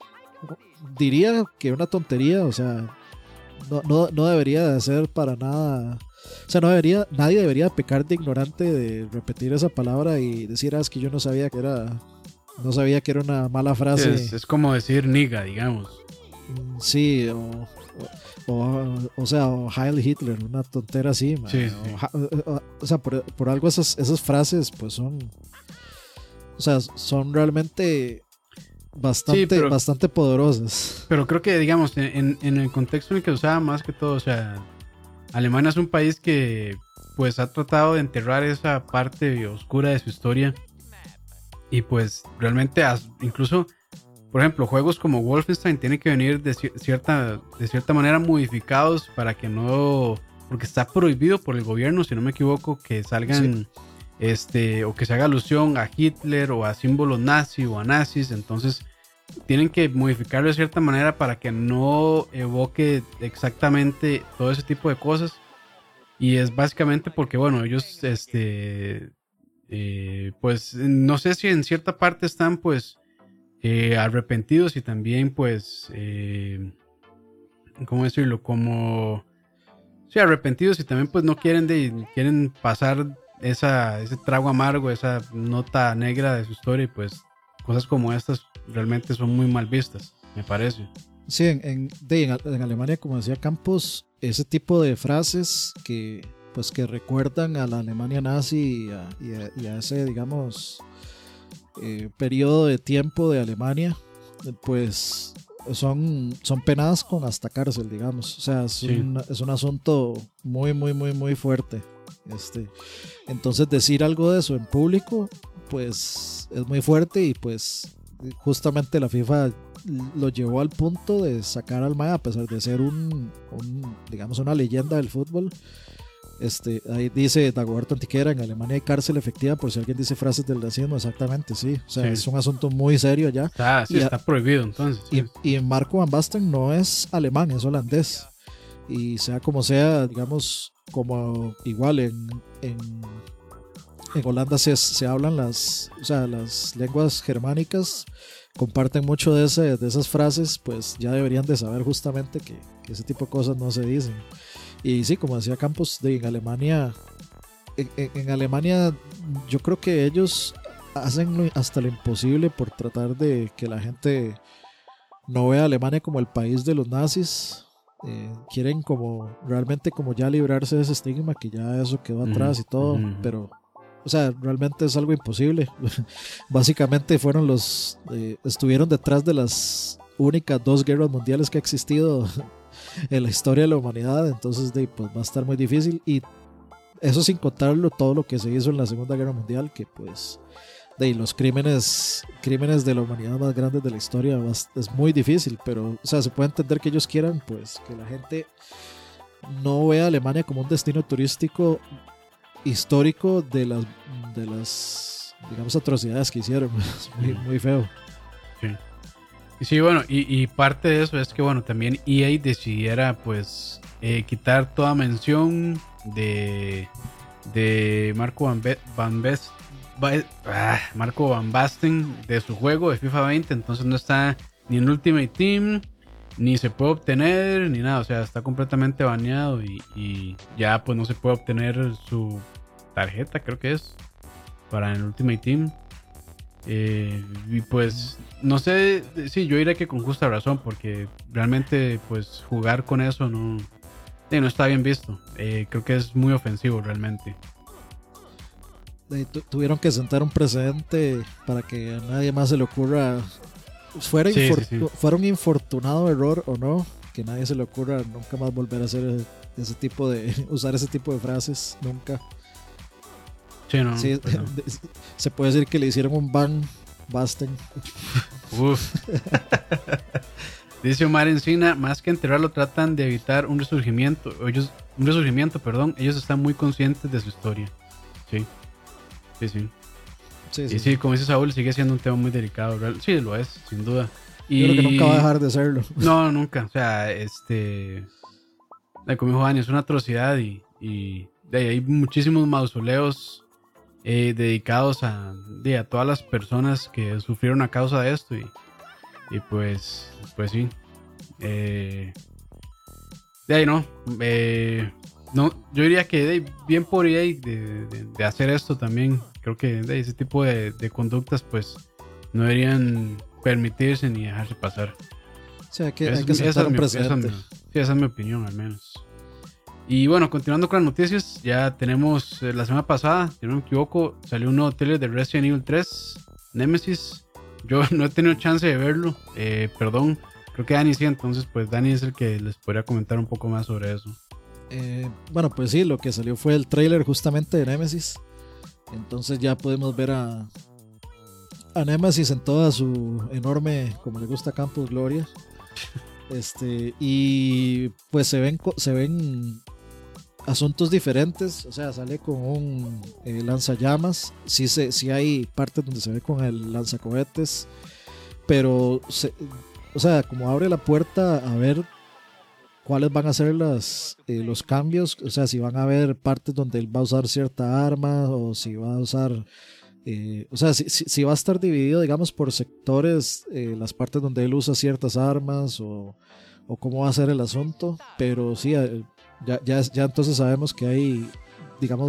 diría que una tontería, o sea, no, no, no debería de ser para nada. O sea, no debería, nadie debería pecar de ignorante de repetir esa palabra y decir, ah, es que yo no sabía que era, no sabía que era una mala frase. es, es como decir niga, digamos. Mm, Sí, o, o, o, o sea, o Heil Hitler, una tontera así. man, Sí, o, sí. ja- o- o- o sea, por, por algo esas, esas frases, pues son. O sea, son realmente bastante, Sí, pero- bastante poderosas. Pero creo que, digamos, en, en el contexto en el que usaba más que todo, o sea, Alemania es un país que pues ha tratado de enterrar esa parte oscura de su historia. Y pues realmente has- incluso, por ejemplo, juegos como Wolfenstein tienen que venir de cier- cierta, de cierta manera modificados para que no... Porque está prohibido por el gobierno, si no me equivoco, que salgan... Este, o que se haga alusión a Hitler o a símbolos nazi o a nazis. Entonces tienen que modificarlo de cierta manera para que no evoque exactamente todo ese tipo de cosas. Y es básicamente porque, bueno, ellos, este, eh, pues, no sé si en cierta parte están, pues, eh, arrepentidos y también, pues, eh, ¿cómo decirlo? Como, sí, arrepentidos y también, pues, no quieren de, quieren pasar esa, ese trago amargo, esa nota negra de su historia y, pues, cosas como estas realmente son muy mal vistas, me parece. Sí, en, en, de, en, en Alemania, como decía Campos, ese tipo de frases que, pues, que recuerdan a la Alemania nazi y a, y a, y a ese, digamos, eh, periodo de tiempo de Alemania, pues son, son penadas con hasta cárcel, digamos. O sea, es, sí. un, es un asunto muy, muy, muy, muy fuerte. Este, entonces decir algo de eso en público, pues es muy fuerte, y pues justamente la FIFA lo llevó al punto de sacar al M A E, a pesar de ser un, un digamos, una leyenda del fútbol. Este, ahí dice Dagoberto Antiquera: en Alemania hay cárcel efectiva por si alguien dice frases del racismo. Exactamente, sí. O sea, sí. Es un asunto muy serio ya. Ah, sí, y está a, prohibido entonces. Sí. Y, y Marco Van Basten no es alemán, es holandés. Y sea como sea, digamos, como igual en, en, en Holanda se, se hablan las, o sea, las lenguas germánicas, comparten mucho de, ese, de esas frases, pues ya deberían de saber justamente que, que ese tipo de cosas no se dicen. Y sí, como decía Campos, de, en Alemania, en, en Alemania yo creo que ellos hacen lo, hasta lo imposible por tratar de que la gente no vea a Alemania como el país de los nazis. Eh, quieren como realmente como ya librarse de ese estigma, que ya eso quedó atrás y todo, uh-huh. Pero o sea, realmente es algo imposible. Básicamente fueron los eh, estuvieron detrás de las únicas dos guerras mundiales que ha existido en la historia de la humanidad. Entonces de, pues va a estar muy difícil, y eso sin contarlo todo lo que se hizo en la Segunda Guerra Mundial, que pues de los crímenes crímenes de la humanidad más grandes de la historia. Es muy difícil, pero o sea, se puede entender que ellos quieran pues que la gente no vea a Alemania como un destino turístico histórico de las de las digamos atrocidades que hicieron. Es muy, muy feo. Sí. Y sí, bueno, y, y parte de eso es que bueno, también E A decidiera pues eh, quitar toda mención de de Marco Van, Be- Van Best Ah, Marco Van Basten de su juego de FIFA veinte. Entonces no está ni en Ultimate Team, ni se puede obtener, ni nada. O sea, está completamente baneado, y, y ya pues no se puede obtener su tarjeta, creo que es, para el Ultimate Team. eh, Y pues no sé, sí, yo diré que con justa razón, porque realmente pues jugar con eso no, eh, no está bien visto. eh, Creo que es muy ofensivo realmente. Tuvieron que sentar un precedente para que a nadie más se le ocurra, fuera, sí, infor- sí, sí. fuera un infortunado error o no, que a nadie se le ocurra nunca más volver a hacer ese tipo de usar ese tipo de frases, nunca. Sí, no, sí, pues no. Se puede decir que le hicieron un ban Basten. Uf. Dice Omar Encina: más que enterrarlo, tratan de evitar un resurgimiento. Ellos, un resurgimiento, perdón. Ellos están muy conscientes de su historia. Sí. Sí, sí. Sí, sí. Y sí, como dice Saúl, sigue siendo un tema muy delicado. Sí, lo es, sin duda. Y yo creo que nunca va a dejar de serlo. No, nunca. O sea, este, como dijo Dani, es una atrocidad, y, y de ahí hay muchísimos mausoleos eh, dedicados a, de, a todas las personas que sufrieron a causa de esto, y, y pues, pues sí. Eh, de ahí no. Eh, no, yo diría que de, bien por E A de, de, de hacer esto también. Creo que de ese tipo de, de conductas pues no deberían permitirse ni dejarse pasar. O sea, que, es, hay que sentar un precedente. Esa, sí, esa es mi opinión, al menos. Y bueno, continuando con las noticias, ya tenemos eh, la semana pasada, si no me equivoco, salió un nuevo trailer de Resident Evil tres, Nemesis. Yo no he tenido chance de verlo, eh, perdón. Creo que Dani sí, entonces pues Dani es el que les podría comentar un poco más sobre eso. Eh, bueno, pues sí, lo que salió fue el trailer justamente de Nemesis. Entonces ya podemos ver a, a Nemesis en toda su enorme, como le gusta a Campos, gloria. Este, y pues se ven, se ven asuntos diferentes. O sea, sale con un eh, lanzallamas. Sí, se, sí hay partes donde se ve con el lanzacohetes. Pero, se, o sea, como abre la puerta a ver cuáles van a ser las, eh, los cambios. O sea, si van a haber partes donde él va a usar cierta arma, o si va a usar eh, o sea, si, si, si va a estar dividido, digamos, por sectores, eh, las partes donde él usa ciertas armas, o, o cómo va a ser el asunto. Pero sí, ya, ya, ya entonces sabemos que hay, digamos,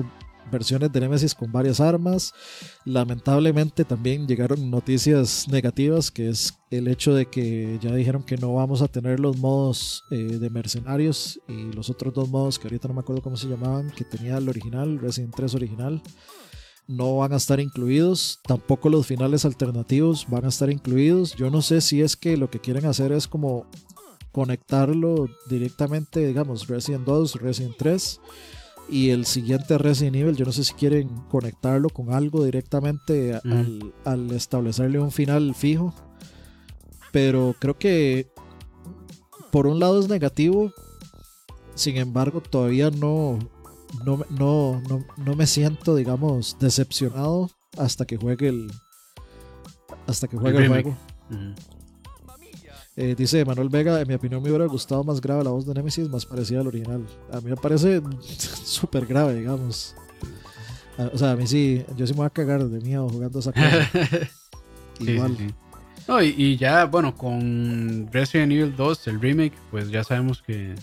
versiones de Nemesis con varias armas. Lamentablemente también llegaron noticias negativas, que es el hecho de que ya dijeron que no vamos a tener los modos eh, de mercenarios y los otros dos modos que ahorita no me acuerdo cómo se llamaban, que tenía el original, Resident tres original, no van a estar incluidos. Tampoco los finales alternativos van a estar incluidos. Yo no sé si es que lo que quieren hacer es como conectarlo directamente, digamos, Resident dos, Resident tres y el siguiente Resident Evil. Yo no sé si quieren conectarlo con algo directamente mm. al, al establecerle un final fijo, pero creo que por un lado es negativo. Sin embargo, todavía no no, no, no, no me siento, digamos, decepcionado hasta que juegue el hasta que juegue el, el juego. Mm. Eh, dice Manuel Vega, en mi opinión me hubiera gustado más grave la voz de Nemesis, más parecida al original. A mí me parece súper grave, digamos. O sea, a mí sí, yo sí me voy a cagar de miedo jugando esa cosa. Igual. Sí, sí, sí. No, y, y ya, bueno, con Resident Evil dos, el remake, pues ya sabemos que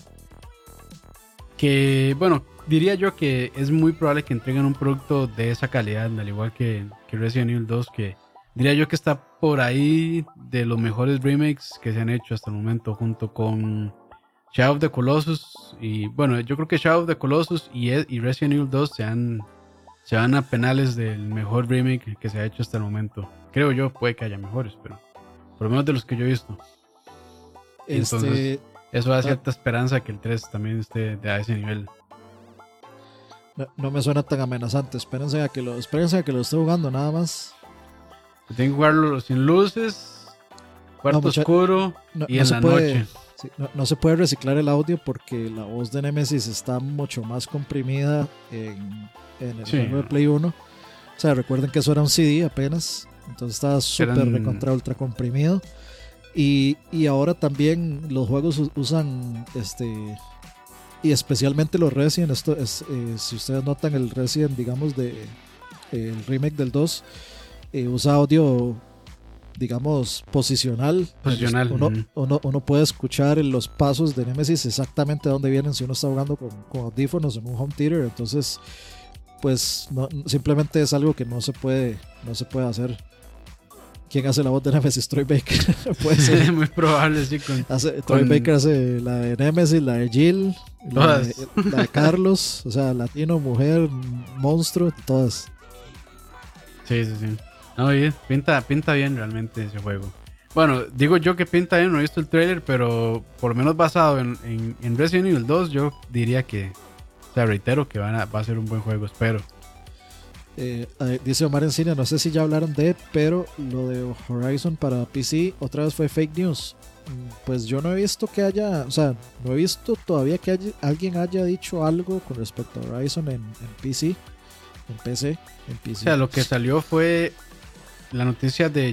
que, bueno, diría yo que es muy probable que entreguen un producto de esa calidad, al igual que, que Resident Evil dos, que diría yo que está por ahí de los mejores remakes que se han hecho hasta el momento, junto con Shadow of the Colossus. Y bueno, yo creo que Shadow of the Colossus y, y Resident Evil dos se, han, se van a penales del mejor remake que se ha hecho hasta el momento. Creo yo, puede que haya mejores, pero por lo menos de los que yo he visto. Este, Entonces, eso da cierta esperanza que el tres también esté de a ese nivel. No, no me suena tan amenazante. Espérense a que lo, espérense a que lo esté jugando nada más. Tengo que jugarlo sin luces, cuarto no, mucha, oscuro no, y no en la puede, noche. Sí, no, no se puede reciclar el audio porque la voz de Nemesis está mucho más comprimida en, en el sí. juego de Play uno. O sea, recuerden que eso era un C D apenas, entonces estaba súper Eran... recontra ultra comprimido. Y, y ahora también los juegos usan este, y especialmente los Resident, esto es, eh, si ustedes notan el Resident, digamos, de eh, el remake del dos, eh, usa audio, digamos, posicional. Posicional. Uno, uh-huh. uno, uno puede escuchar los pasos de Nemesis exactamente de dónde vienen si uno está jugando con, con audífonos en un home theater. Entonces, pues no, simplemente es algo que no se puede, no se puede hacer. ¿Quién hace la voz de Nemesis? Troy Baker. Puede ser. Muy probable, sí. Con, hace, Troy con... Baker hace la de Nemesis, la de Jill, la de, la de Carlos, o sea, latino, mujer, monstruo, todas. Sí, sí, sí. No, bien, pinta, pinta bien realmente ese juego. Bueno, digo yo que pinta bien, no he visto el trailer, pero por lo menos basado en, en, en Resident Evil dos, yo diría que, o sea, reitero que van a, va a ser un buen juego, espero. Eh, dice Omar Encina, no sé si ya hablaron de, pero lo de Horizon para P C otra vez fue fake news. Pues yo no he visto que haya, o sea, no he visto todavía que haya, alguien haya dicho algo con respecto a Horizon en, en P C, en P C, en P C. O sea, lo que salió fue la noticia de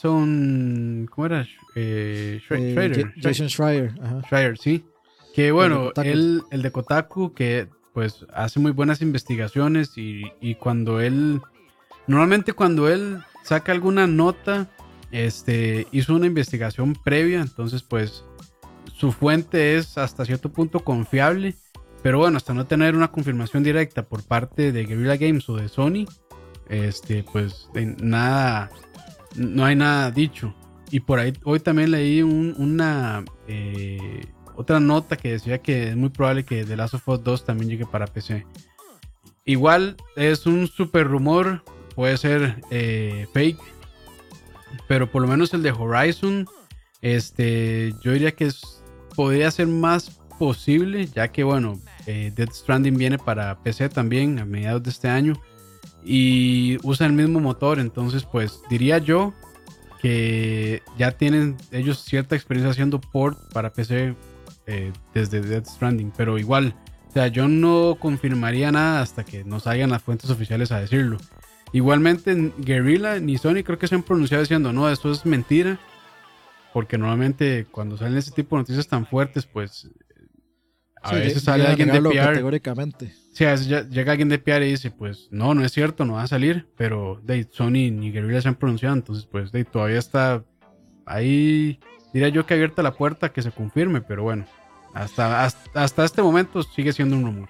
Jason, ¿cómo era? Eh, Schreier. Eh, Jason Schreier, ajá. Schreier, sí. Que bueno, el de él, el de Kotaku, que pues hace muy buenas investigaciones y, y cuando él, normalmente cuando él saca alguna nota, este, hizo una investigación previa, entonces pues su fuente es hasta cierto punto confiable, pero bueno, hasta no tener una confirmación directa por parte de Guerrilla Games o de Sony, este, pues de nada, no hay nada dicho. Y por ahí hoy también leí un, una eh, otra nota que decía que es muy probable que The Last of Us dos también llegue para P C. Igual es un super rumor, puede ser eh, fake, pero por lo menos el de Horizon, este, yo diría que es, podría ser más posible, ya que bueno, eh, Death Stranding viene para P C también a mediados de este año y usa el mismo motor, entonces pues diría yo que ya tienen ellos cierta experiencia haciendo port para P C eh, desde Death Stranding, pero igual, o sea, yo no confirmaría nada hasta que nos salgan las fuentes oficiales a decirlo. Igualmente Guerrilla ni Sony creo que se han pronunciado diciendo no, esto es mentira, porque normalmente cuando salen ese tipo de noticias tan fuertes, pues a sí, veces sale alguien de P R categóricamente. Sí, a veces llega alguien de P R y dice pues no, no es cierto, no va a salir, pero de Sony ni Guerrilla se han pronunciado, entonces pues de todavía está ahí, diría yo que abierta la puerta a que se confirme, pero bueno, hasta, hasta, hasta este momento sigue siendo un rumor.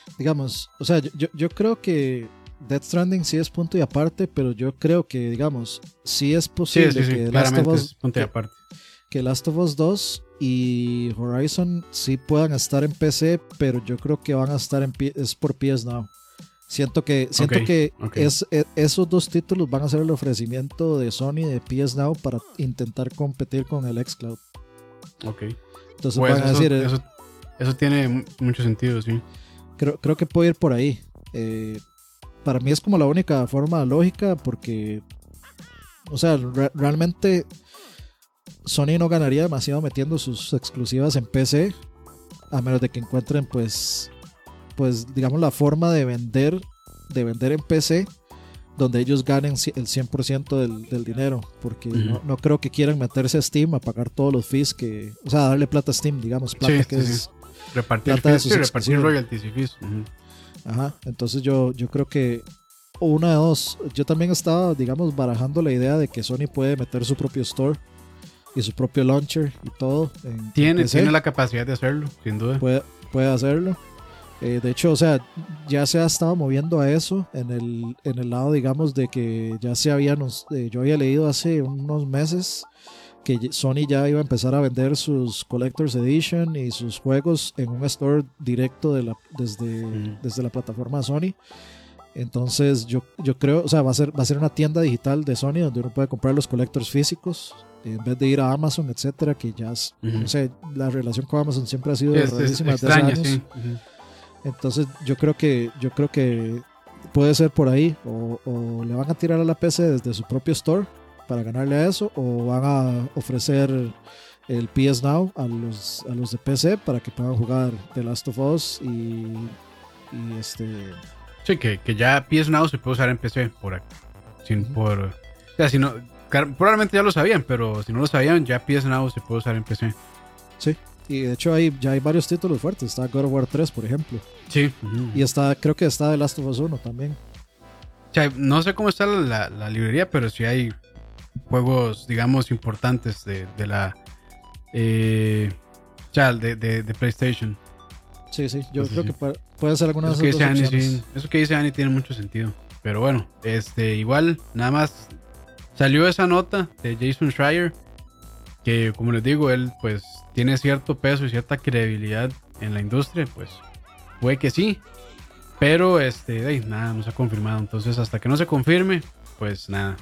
digamos, o sea, yo, yo, yo creo que Death Stranding sí es punto y aparte, pero yo creo que, digamos, sí es posible sí, sí, sí, que, Last claramente of Us, es punto y que, aparte. que Last of Us dos y Horizon sí puedan estar en P C, pero yo creo que van a estar en P- es por P S Now. Siento que, siento Ok, que ok. es, e- esos dos títulos van a ser el ofrecimiento de Sony de P S Now para intentar competir con el xCloud. Ok. Entonces Pues van a eso, decir, eh, eso, eso tiene mu- mucho sentido, sí. creo, creo que puede ir por ahí. Eh, para mí es como la única forma lógica porque, o sea, re- realmente Sony no ganaría demasiado metiendo sus exclusivas en P C, a menos de que encuentren, pues, pues digamos, la forma de vender, de vender en P C, donde ellos ganen ci- el cien por ciento del, del dinero, porque Ujú. no, no creo que quieran meterse a Steam a pagar todos los fees que, o sea, darle plata a Steam, digamos, plata Sí, que sí, es, sí. Repartir plata de fees, sus sí, repartir exclusivos. royalties y fees. Ujú. Ajá, entonces yo, yo creo que o una de dos. Yo también estaba, digamos, barajando la idea de que Sony puede meter su propio store y su propio launcher y todo en, en Tiene, P C. tiene la capacidad de hacerlo, sin duda. Puede, puede hacerlo. Eh, de hecho, o sea, ya se ha estado moviendo a eso en el, en el lado, digamos, de que ya se había, anunci- eh, yo había leído hace unos meses que ye- Sony ya iba a empezar a vender sus Collector's Edition y sus juegos en un store directo de la, desde, Ujú. desde la plataforma de Sony. Entonces yo, yo creo, o sea, va a ser, va a ser una tienda digital de Sony donde uno puede comprar los collectors físicos en vez de ir a Amazon, etcétera, que ya es, Ujú. no sé, la relación con Amazon siempre ha sido Sí, es, es rarísima desde hace extraña, años. sí. Ujú. Entonces yo creo que yo creo que puede ser por ahí o, o le van a tirar a la P C desde su propio store para ganarle a eso o van a ofrecer el P S Now a los a los de P C para que puedan jugar The Last of Us y, y este Sí, que, que ya P S Now se puede usar en P C por aquí. Sin Ujú. por. O sea, si no. car- Probablemente ya lo sabían, pero si no lo sabían, ya P S Now se puede usar en P C. sí, y de hecho hay, ya hay varios títulos fuertes, está God of War tres por ejemplo Sí. Ujú. y está creo que está The Last of Us uno también. O sea, no sé cómo está la, la- la librería, pero sí hay juegos, digamos, importantes de, de la. Eh, o sea, de, de, de PlayStation. Sí, sí, yo Entonces, creo sí. que pa- puede ser alguna de Eso que esas dice dos Ani, opciones. sí, eso que dice Ani tiene mucho sentido. Pero bueno, este, igual, nada más salió esa nota de Jason Schreier, que como les digo, él pues tiene cierto peso y cierta credibilidad en la industria, pues puede que sí, pero este, ey, nada, no se ha confirmado. Entonces, hasta que no se confirme, pues nada.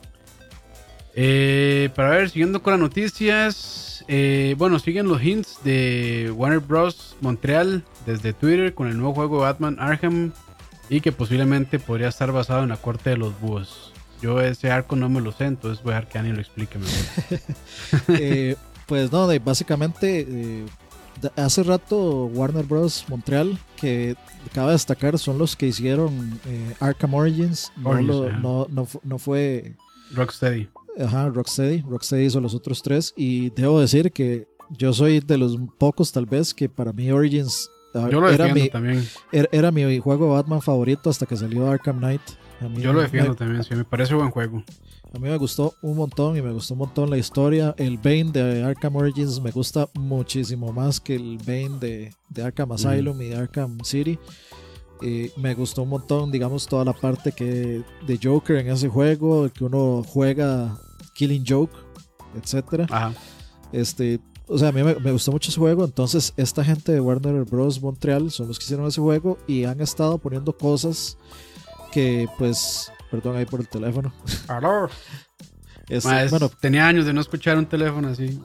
Eh, para ver, siguiendo con las noticias, eh, bueno, siguen los hints de Warner Bros. Montreal desde Twitter con el nuevo juego Batman Arkham y que posiblemente podría estar basado en la corte de los búhos. Yo ese arco no me lo sé, entonces voy a dejar que Annie lo explique mejor. Eh, pues no, de- básicamente eh, de- hace rato Warner Bros. Montreal, que cabe destacar son los que hicieron eh, Arkham Origins, no, Origins, lo- ajá. no, no, fu- no fue Rocksteady. ajá, Rocksteady, Rocksteady hizo los otros tres y debo decir que yo soy de los pocos tal vez que para mí Origins ah, Yo lo era, defiendo mi, también. era, era mi juego de Batman favorito hasta que salió Arkham Knight. A mí Yo lo me- defiendo también, sí, me parece buen juego. A mí me gustó un montón y me gustó un montón la historia. El Bane de Arkham Origins me gusta muchísimo más que el Bane de, de Arkham Asylum y de Arkham City. Eh, me gustó un montón, digamos, toda la parte que de Joker en ese juego, que uno juega Killing Joke, etcétera. Ajá. Este, o sea, a mí me, me gustó mucho ese juego. Entonces, esta gente de Warner Bros. Montreal son los que hicieron ese juego y han estado poniendo cosas que, pues, perdón ahí por el teléfono. Aló. Este, Ma, es- bueno, tenía años de no escuchar un teléfono así.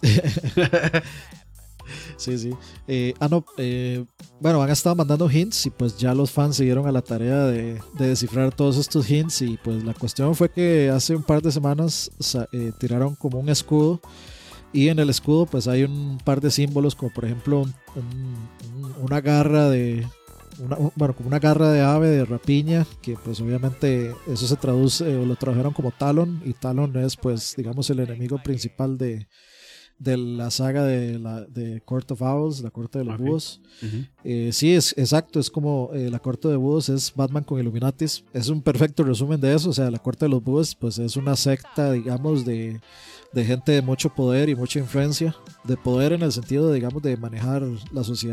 sí, sí. Eh, ah, no. eh, bueno, han estado mandando hints y pues ya los fans se dieron a la tarea de, de descifrar todos estos hints. Y pues la cuestión fue que hace un par de semanas sa- eh, tiraron como un escudo. Y en el escudo pues hay un par de símbolos como por ejemplo un- un- un- una garra de... Una, un- bueno, como una garra de ave de rapiña, que pues obviamente eso se traduce o lo tradujeron como Talon, y Talon es pues digamos el enemigo principal de, de la saga de, la, de Court of Owls, la corte de los Ok. búhos. Ujú. Eh, sí, es exacto, es como eh, la corte de búhos es Batman con Illuminatis, es un perfecto resumen de eso. O sea, la corte de los búhos pues es una secta, digamos, de, de gente de mucho poder y mucha influencia, de poder en el sentido, digamos, de manejar la sociedad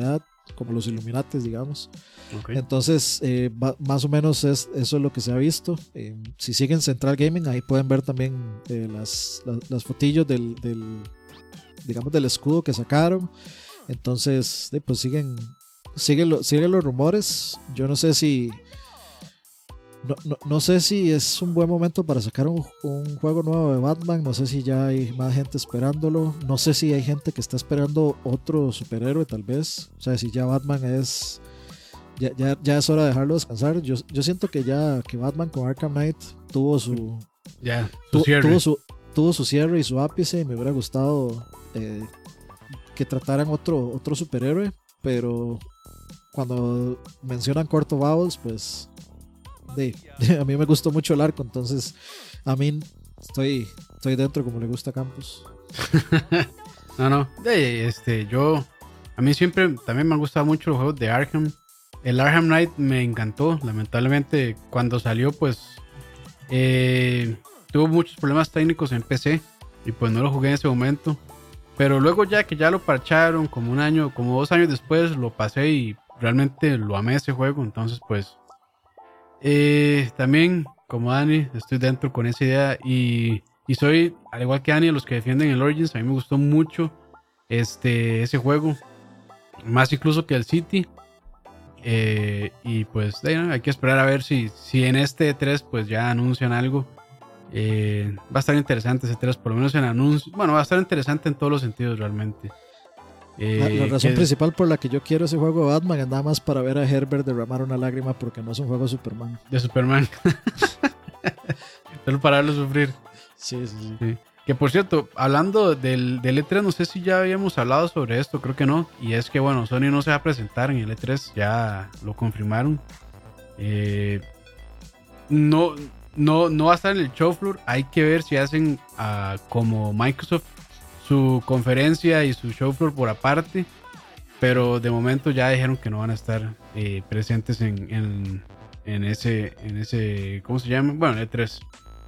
como los Illuminates, digamos. Okay. Entonces, eh, va, más o menos es, eso es lo que se ha visto. Eh, si siguen Central Gaming, ahí pueden ver también eh, las, las, las fotillos del, del, digamos, del escudo que sacaron. Entonces, eh, pues siguen, siguen, lo, siguen los rumores. Yo no sé si... No, no, no sé si es un buen momento para sacar un, un juego nuevo de Batman. No sé si ya hay más gente esperándolo. No sé si hay gente que está esperando otro superhéroe, tal vez. O sea, si ya Batman es... Ya, ya, ya es hora de dejarlo descansar. Yo, yo siento que ya que Batman con Arkham Knight tuvo su... Ya, su tu, cierre. Tuvo su, tuvo su cierre y su ápice. Me hubiera gustado eh, que trataran otro, otro superhéroe. Pero cuando mencionan Court of Owls, pues... De, de, a mí me gustó mucho el arco, entonces a mí estoy, estoy dentro como le gusta a Campos. no, no, de, este, yo, a mí siempre también me han gustado mucho los juegos de Arkham. El Arkham Knight me encantó, lamentablemente cuando salió pues eh, tuvo muchos problemas técnicos en P C y pues no lo jugué en ese momento. Pero luego ya que ya lo parcharon como un año, como dos años después lo pasé y realmente lo amé ese juego, entonces pues... Eh, también, como Dani, estoy dentro con esa idea y, y soy, al igual que Dani, los que defienden el Origins. A mí me gustó mucho este, ese juego, más incluso que el City. Eh, y pues eh, hay que esperar a ver si, si en este E tres pues ya anuncian algo. Eh, va a estar interesante ese E tres, por lo menos en anuncio. Bueno, va a estar interesante en todos los sentidos realmente. Eh, la, la razón que, principal por la que yo quiero ese juego de Batman es nada más para ver a Herbert derramar una lágrima porque no es un juego de Superman. De Superman. Solo para verlo sufrir. Sí, sí, sí, sí. Que por cierto, hablando del, del E tres, no sé si ya habíamos hablado sobre esto, creo que no. Y es que bueno, Sony no se va a presentar en el E tres, ya lo confirmaron. Eh, no, no, no va a estar en el show floor. Hay que ver si hacen uh, como Microsoft su conferencia y su show floor por aparte, pero de momento ya dijeron que no van a estar eh, presentes en, en, en ese en ese ¿cómo se llama? Bueno, E tres.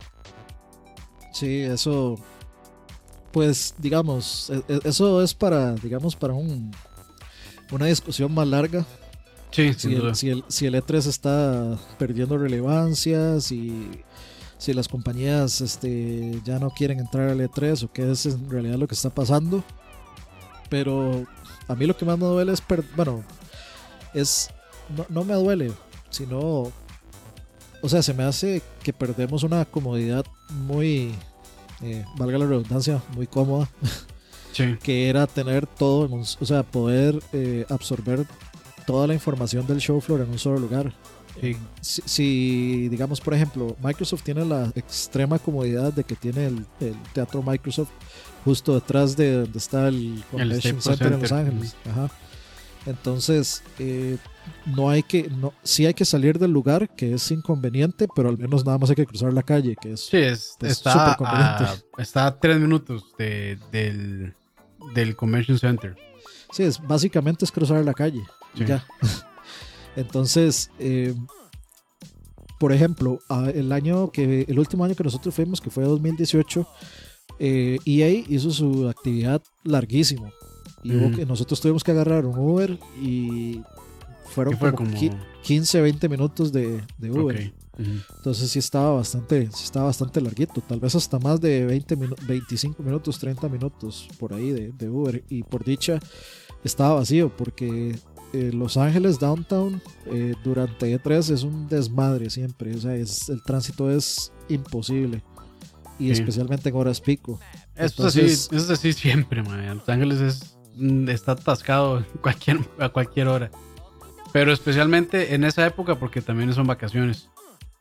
Sí, eso pues digamos, eso es para digamos para un una discusión más larga. Sí, si el, si, el, si el E tres está perdiendo relevancia, si si las compañías este, ya no quieren entrar al E tres o qué es en realidad lo que está pasando. Pero a mí lo que más me duele es, per- bueno, es, no, no me duele, sino, o sea, se me hace que perdemos una comodidad muy, eh, valga la redundancia, muy cómoda, sí. Que era tener todo, en un, o sea, poder eh, absorber toda la información del show floor en un solo lugar. Sí. Si, si, digamos, por ejemplo, Microsoft tiene la extrema comodidad de que tiene el, el teatro Microsoft justo detrás de donde está el Convention Center en Los Ángeles. Ajá. Entonces, eh, no hay que, no, sí hay que salir del lugar, que es inconveniente, pero al menos nada más hay que cruzar la calle, que es sí, es, pues, está, a, está a tres minutos de, del, del Convention Center. Sí, es, básicamente es cruzar la calle. Sí. Ya. Entonces, eh, por ejemplo, el año que el último año que nosotros fuimos, que fue dos mil dieciocho, eh, E A hizo su actividad larguísimo y mm. hubo que, nosotros tuvimos que agarrar un Uber y fueron fue como, como quince, veinte minutos de, de Uber. Okay. Uh-huh. Entonces sí estaba bastante, sí estaba bastante larguito, tal vez hasta más de veinte minu- veinticinco minutos, treinta minutos por ahí de, de Uber, y por dicha estaba vacío porque Eh, Los Ángeles Downtown eh, durante E tres es un desmadre siempre, o sea, es, el tránsito es imposible y sí. Especialmente en horas pico. Eso es así, eso es así siempre, man. Los Ángeles es, está atascado cualquier, a cualquier hora, pero especialmente en esa época porque también son vacaciones.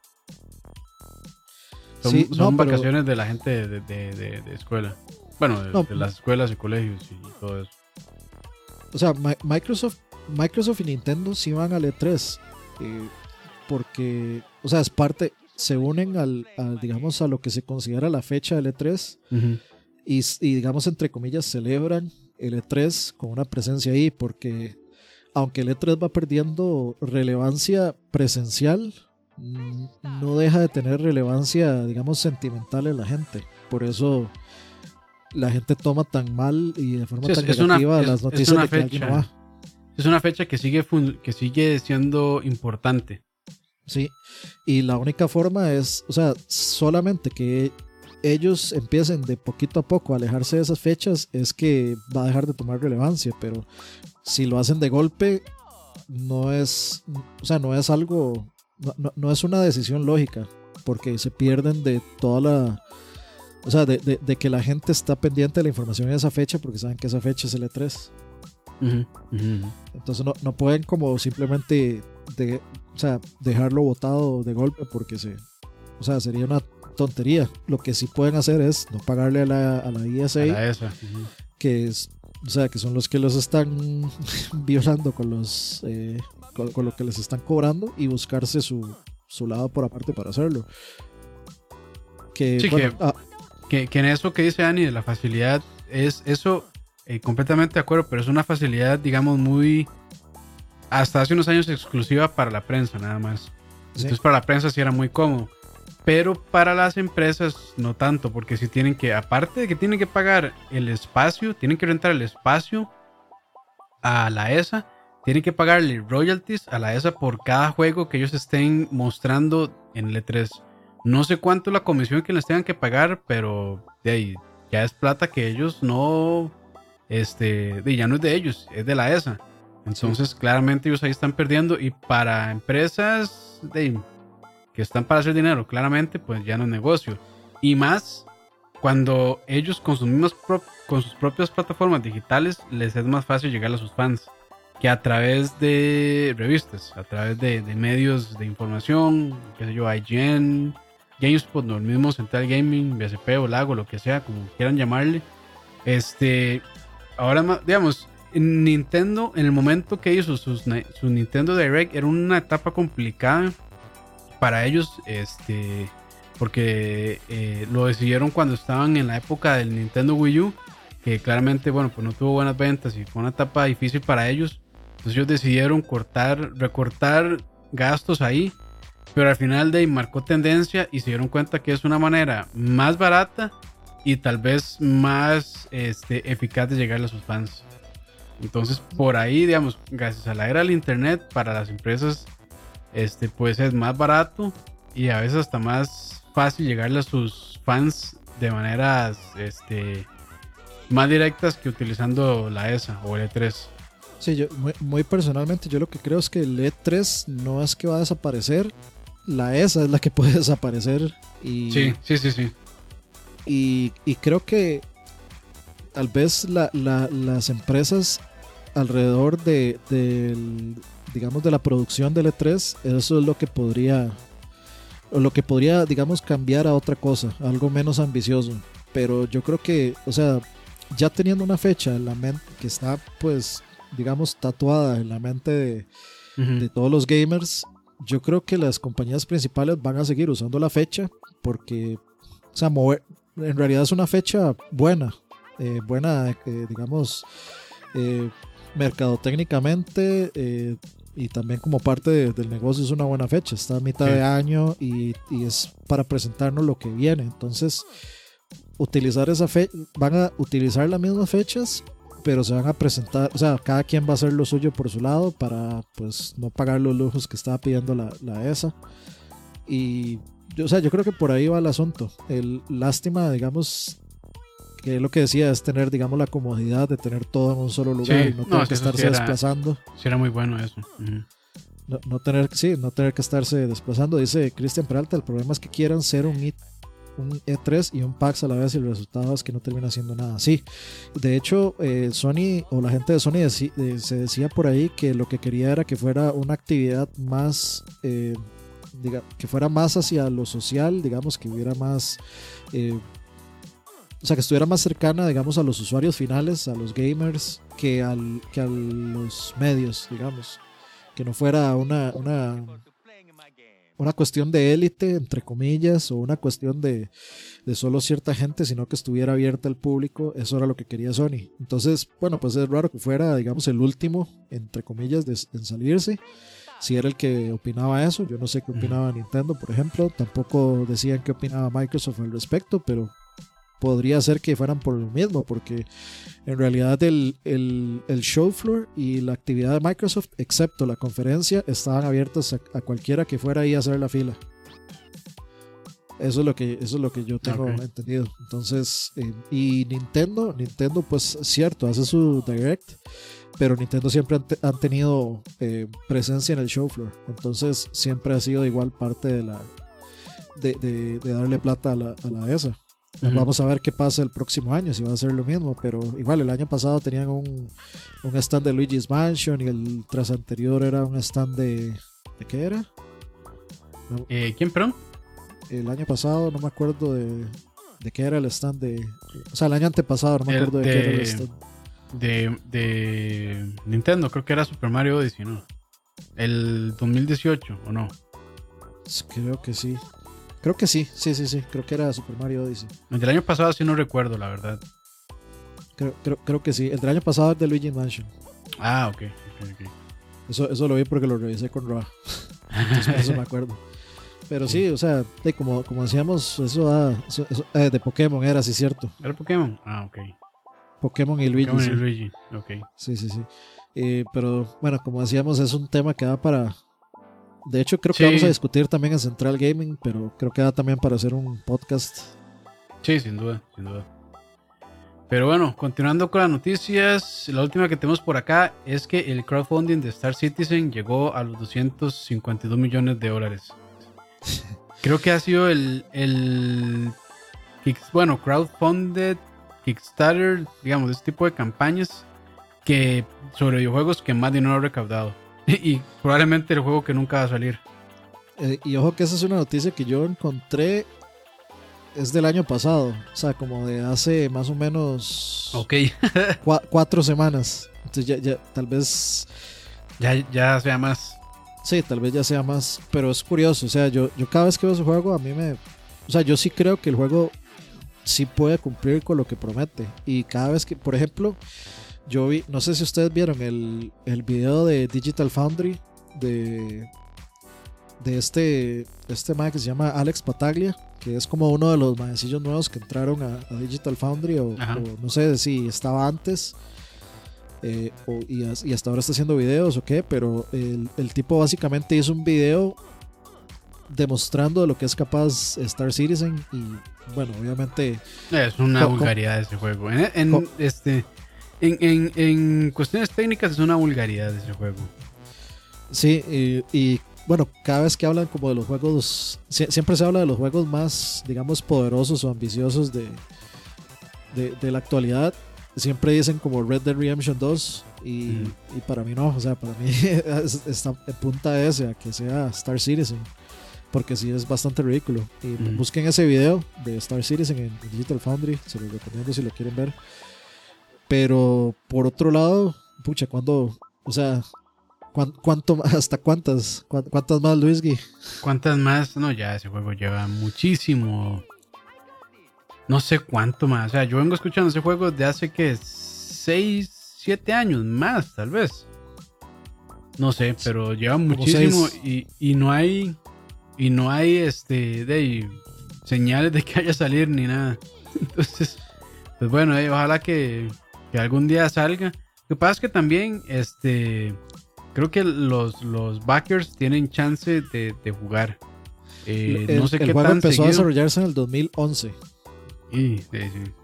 Son, sí, son no, vacaciones pero, de la gente de, de, de, de escuela, bueno, de, no, de las escuelas y colegios y todo eso. O sea, Ma- Microsoft Microsoft y Nintendo sí van al E tres eh, porque, o sea, es parte, se unen al, al, digamos, a lo que se considera la fecha del E tres uh-huh. y, y, digamos, entre comillas, celebran el E tres con una presencia ahí, porque aunque el E tres va perdiendo relevancia presencial, no deja de tener relevancia, digamos, sentimental en la gente. Por eso la gente toma tan mal y de forma sí, tan es negativa una, las es, noticias es una de que fecha. alguien no va. es una fecha que sigue, fun- que sigue siendo importante. Sí, y la única forma es, o sea, solamente que ellos empiecen de poquito a poco a alejarse de esas fechas es que va a dejar de tomar relevancia, pero si lo hacen de golpe, no es, o sea, no es algo, no, no, no es una decisión lógica, porque se pierden de toda la, o sea, de, de, de que la gente está pendiente de la información en esa fecha, porque saben que esa fecha es el E tres. Uh-huh, uh-huh. Entonces no, no pueden como simplemente de, o sea, dejarlo botado de golpe porque se, o sea, sería una tontería. Lo que sí pueden hacer es no pagarle a la, a la E S A, A la E S A. Uh-huh. que es, o sea, que son los que los están violando con los eh, con, con lo que les están cobrando, y buscarse su, su lado por aparte para hacerlo. Que, Sí, bueno, que, ah, que, que en eso que dice Ani de la facilidad, es eso, eh, completamente de acuerdo, pero es una facilidad, digamos, muy, hasta hace unos años exclusiva para la prensa nada más. sí. Entonces para la prensa sí era muy cómodo, pero para las empresas no tanto, porque si tienen que, aparte de que tienen que pagar el espacio, tienen que rentar el espacio a la E S A, tienen que pagarle royalties a la E S A por cada juego que ellos estén mostrando en el E tres. No sé cuánto es la comisión que les tengan que pagar, pero de ahí ya es plata que ellos no, este, de, ya no es de ellos, es de la E S A. Entonces, sí, claramente ellos ahí están perdiendo, y para empresas de, que están para hacer dinero, claramente, pues ya no es negocio. Y más cuando ellos con sus mismas pro- con sus propias plataformas digitales les es más fácil llegar a sus fans que a través de revistas, a través de, de medios de información, qué sé yo, I G N, GameSpot, no, el mismo Central Gaming, B S P o Lago, lo que sea, como quieran llamarle. Este, ahora, digamos, Nintendo, en el momento que hizo sus, su Nintendo Direct, era una etapa complicada para ellos, este, porque eh, lo decidieron cuando estaban en la época del Nintendo Wii U, que claramente, bueno, pues no tuvo buenas ventas y fue una etapa difícil para ellos. Entonces ellos decidieron cortar, recortar gastos ahí, pero al final de ahí marcó tendencia y se dieron cuenta que es una manera más barata y tal vez más este, eficaz de llegar a sus fans. Entonces por ahí, digamos, gracias a la era del internet, para las empresas este, pues es más barato y a veces hasta más fácil llegarle a sus fans de maneras este, más directas que utilizando la E S A o el E tres. Sí, yo muy, muy personalmente yo lo que creo es que el E tres no es que va a desaparecer, la E S A es la que puede desaparecer. Y, sí, sí, sí, sí. Y, y creo que tal vez la, la, las empresas alrededor de, de, digamos, de la producción del E tres, eso es lo que podría, o lo que podría, digamos, cambiar a otra cosa, algo menos ambicioso. Pero yo creo que, o sea, ya teniendo una fecha en la mente que está, pues, digamos, tatuada en la mente de, uh-huh. de todos los gamers, yo creo que las compañías principales van a seguir usando la fecha porque, o sea, mover, en realidad es una fecha buena, eh, buena, eh, digamos, eh, mercadotécnicamente, eh, y también como parte de, del negocio es una buena fecha, está a mitad sí. de año y, y es para presentarnos lo que viene. Entonces, utilizar esa fecha, van a utilizar las mismas fechas, pero se van a presentar, o sea, cada quien va a hacer lo suyo por su lado para, pues, no pagar los lujos que estaba pidiendo la, la E S A. Y, o sea, yo creo que por ahí va el asunto. El lástima, digamos, que lo que decía es tener, digamos, la comodidad de tener todo en un solo lugar, sí, y no tener no, que estarse sí era, desplazando. Sí, era muy bueno eso. Uh-huh. No, no tener, sí, no tener que estarse desplazando. Dice Cristian Peralta, el problema es que quieran ser un E, un E tres y un PAX a la vez y el resultado es que no termina haciendo nada. Sí, de hecho, eh, Sony o la gente de Sony deci, eh, se decía por ahí que lo que quería era que fuera una actividad más, eh, diga, que fuera más hacia lo social, digamos, que hubiera más... Eh, o sea, que estuviera más cercana, digamos, a los usuarios finales, a los gamers, que, al, que a los medios, digamos. Que no fuera una, una, una cuestión de élite, entre comillas, o una cuestión de, de solo cierta gente, sino que estuviera abierta al público. Eso era lo que quería Sony. Entonces, bueno, pues es raro que fuera, digamos, el último, entre comillas, de, en salirse. Si era el que opinaba eso, yo no sé qué opinaba Nintendo, por ejemplo. Tampoco decían qué opinaba Microsoft al respecto, pero... podría ser que fueran por lo mismo, porque en realidad el, el, el show floor y la actividad de Microsoft, excepto la conferencia, estaban abiertos a, a cualquiera que fuera ahí a hacer la fila. Eso es lo que, eso es lo que yo tengo okay. entendido. Entonces, eh, y Nintendo, Nintendo pues cierto, hace su Direct, pero Nintendo siempre han, te, han tenido eh, presencia en el show floor. Entonces siempre ha sido igual parte de la de, de, de darle plata a la, a la E S A. Uh-huh. Vamos a ver qué pasa el próximo año, si va a ser lo mismo, pero igual el año pasado tenían un, un stand de Luigi's Mansion y el tras anterior era un stand de... ¿De qué era? No, eh, ¿Quién, perdón? El año pasado no me acuerdo de, de qué era el stand de... O sea, el año antepasado no me acuerdo de, de qué era el stand. De, de Nintendo, creo que era Super Mario Odyssey, ¿no? El dos mil dieciocho, ¿o no? Creo que sí. Creo que sí, sí, sí, sí. Creo que era Super Mario Odyssey. El del año pasado sí no recuerdo, la verdad. Creo, creo, creo que sí. El del año pasado es de Luigi Mansion. Ah, ok. okay, okay. Eso, eso lo vi porque lo revisé con Ra. Entonces por eso me acuerdo. Pero sí, sí o sea, de, como, como decíamos, eso, ah, eso, eso eh, de Pokémon era, sí, cierto. ¿Era Pokémon? Ah, ok. Pokémon y Luigi. Pokémon sí. y Luigi, ok. Sí, sí, sí. Eh, pero bueno, como decíamos, es un tema que da para... De hecho, creo que sí. vamos a discutir también en Central Gaming, pero creo que da también para hacer un podcast. Sí, sin duda, sin duda. Pero bueno, continuando con las noticias, la última que tenemos por acá es que el crowdfunding de Star Citizen llegó a los doscientos cincuenta y dos millones de dólares. Creo que ha sido el, el bueno, crowdfunded Kickstarter, digamos, de este tipo de campañas que sobre videojuegos que más dinero ha recaudado. Y probablemente el juego que nunca va a salir. Eh, y ojo que esa es una noticia que yo encontré, es del año pasado, o sea, como de hace más o menos okay. cu- cuatro semanas. Entonces ya, ya tal vez... Ya, ya sea más. Sí, tal vez ya sea más, pero es curioso, o sea, yo, yo cada vez que veo ese juego a mí me... O sea, yo sí creo que el juego sí puede cumplir con lo que promete. Y cada vez que, por ejemplo... Yo vi, no sé si ustedes vieron el, el video de Digital Foundry de, de este, este man que se llama Alex Pataglia, que es como uno de los maecillos nuevos que entraron a, a Digital Foundry, o, o no sé si estaba antes eh, o, y, y hasta ahora está haciendo videos o qué, pero el, el tipo básicamente hizo un video demostrando de lo que es capaz Star Citizen y bueno, obviamente... Es una con, vulgaridad con, ese juego. En, en con, este... En, en, en cuestiones técnicas es una vulgaridad ese juego. Sí, y, y bueno, cada vez que hablan como de los juegos, siempre se habla de los juegos más, digamos, poderosos o ambiciosos de, de, de la actualidad. Siempre dicen como Red Dead Redemption dos y, mm. y para mí no, o sea, para mí está en punta ese a que sea Star Citizen, porque sí es bastante ridículo. Y mm. busquen ese video de Star Citizen en Digital Foundry, se los recomiendo si lo quieren ver. Pero por otro lado, pucha, ¿cuándo? O sea, ¿cuán, ¿cuánto hasta cuántas? ¿Cuántas más, Luisgui? ¿Cuántas más? No, ya ese juego lleva muchísimo. No sé cuánto más. O sea, yo vengo escuchando ese juego de hace que seis, siete años más, tal vez. No sé, pero lleva muchísimo y, y no hay y no hay este de señales de que haya salir ni nada. Entonces, pues bueno, eh, ojalá que que algún día salga. Lo que pasa es que también este creo que los, los backers tienen chance de, de jugar. Eh, el, no sé el qué juego tan empezó seguido. a desarrollarse en el dos mil once. Y, sí,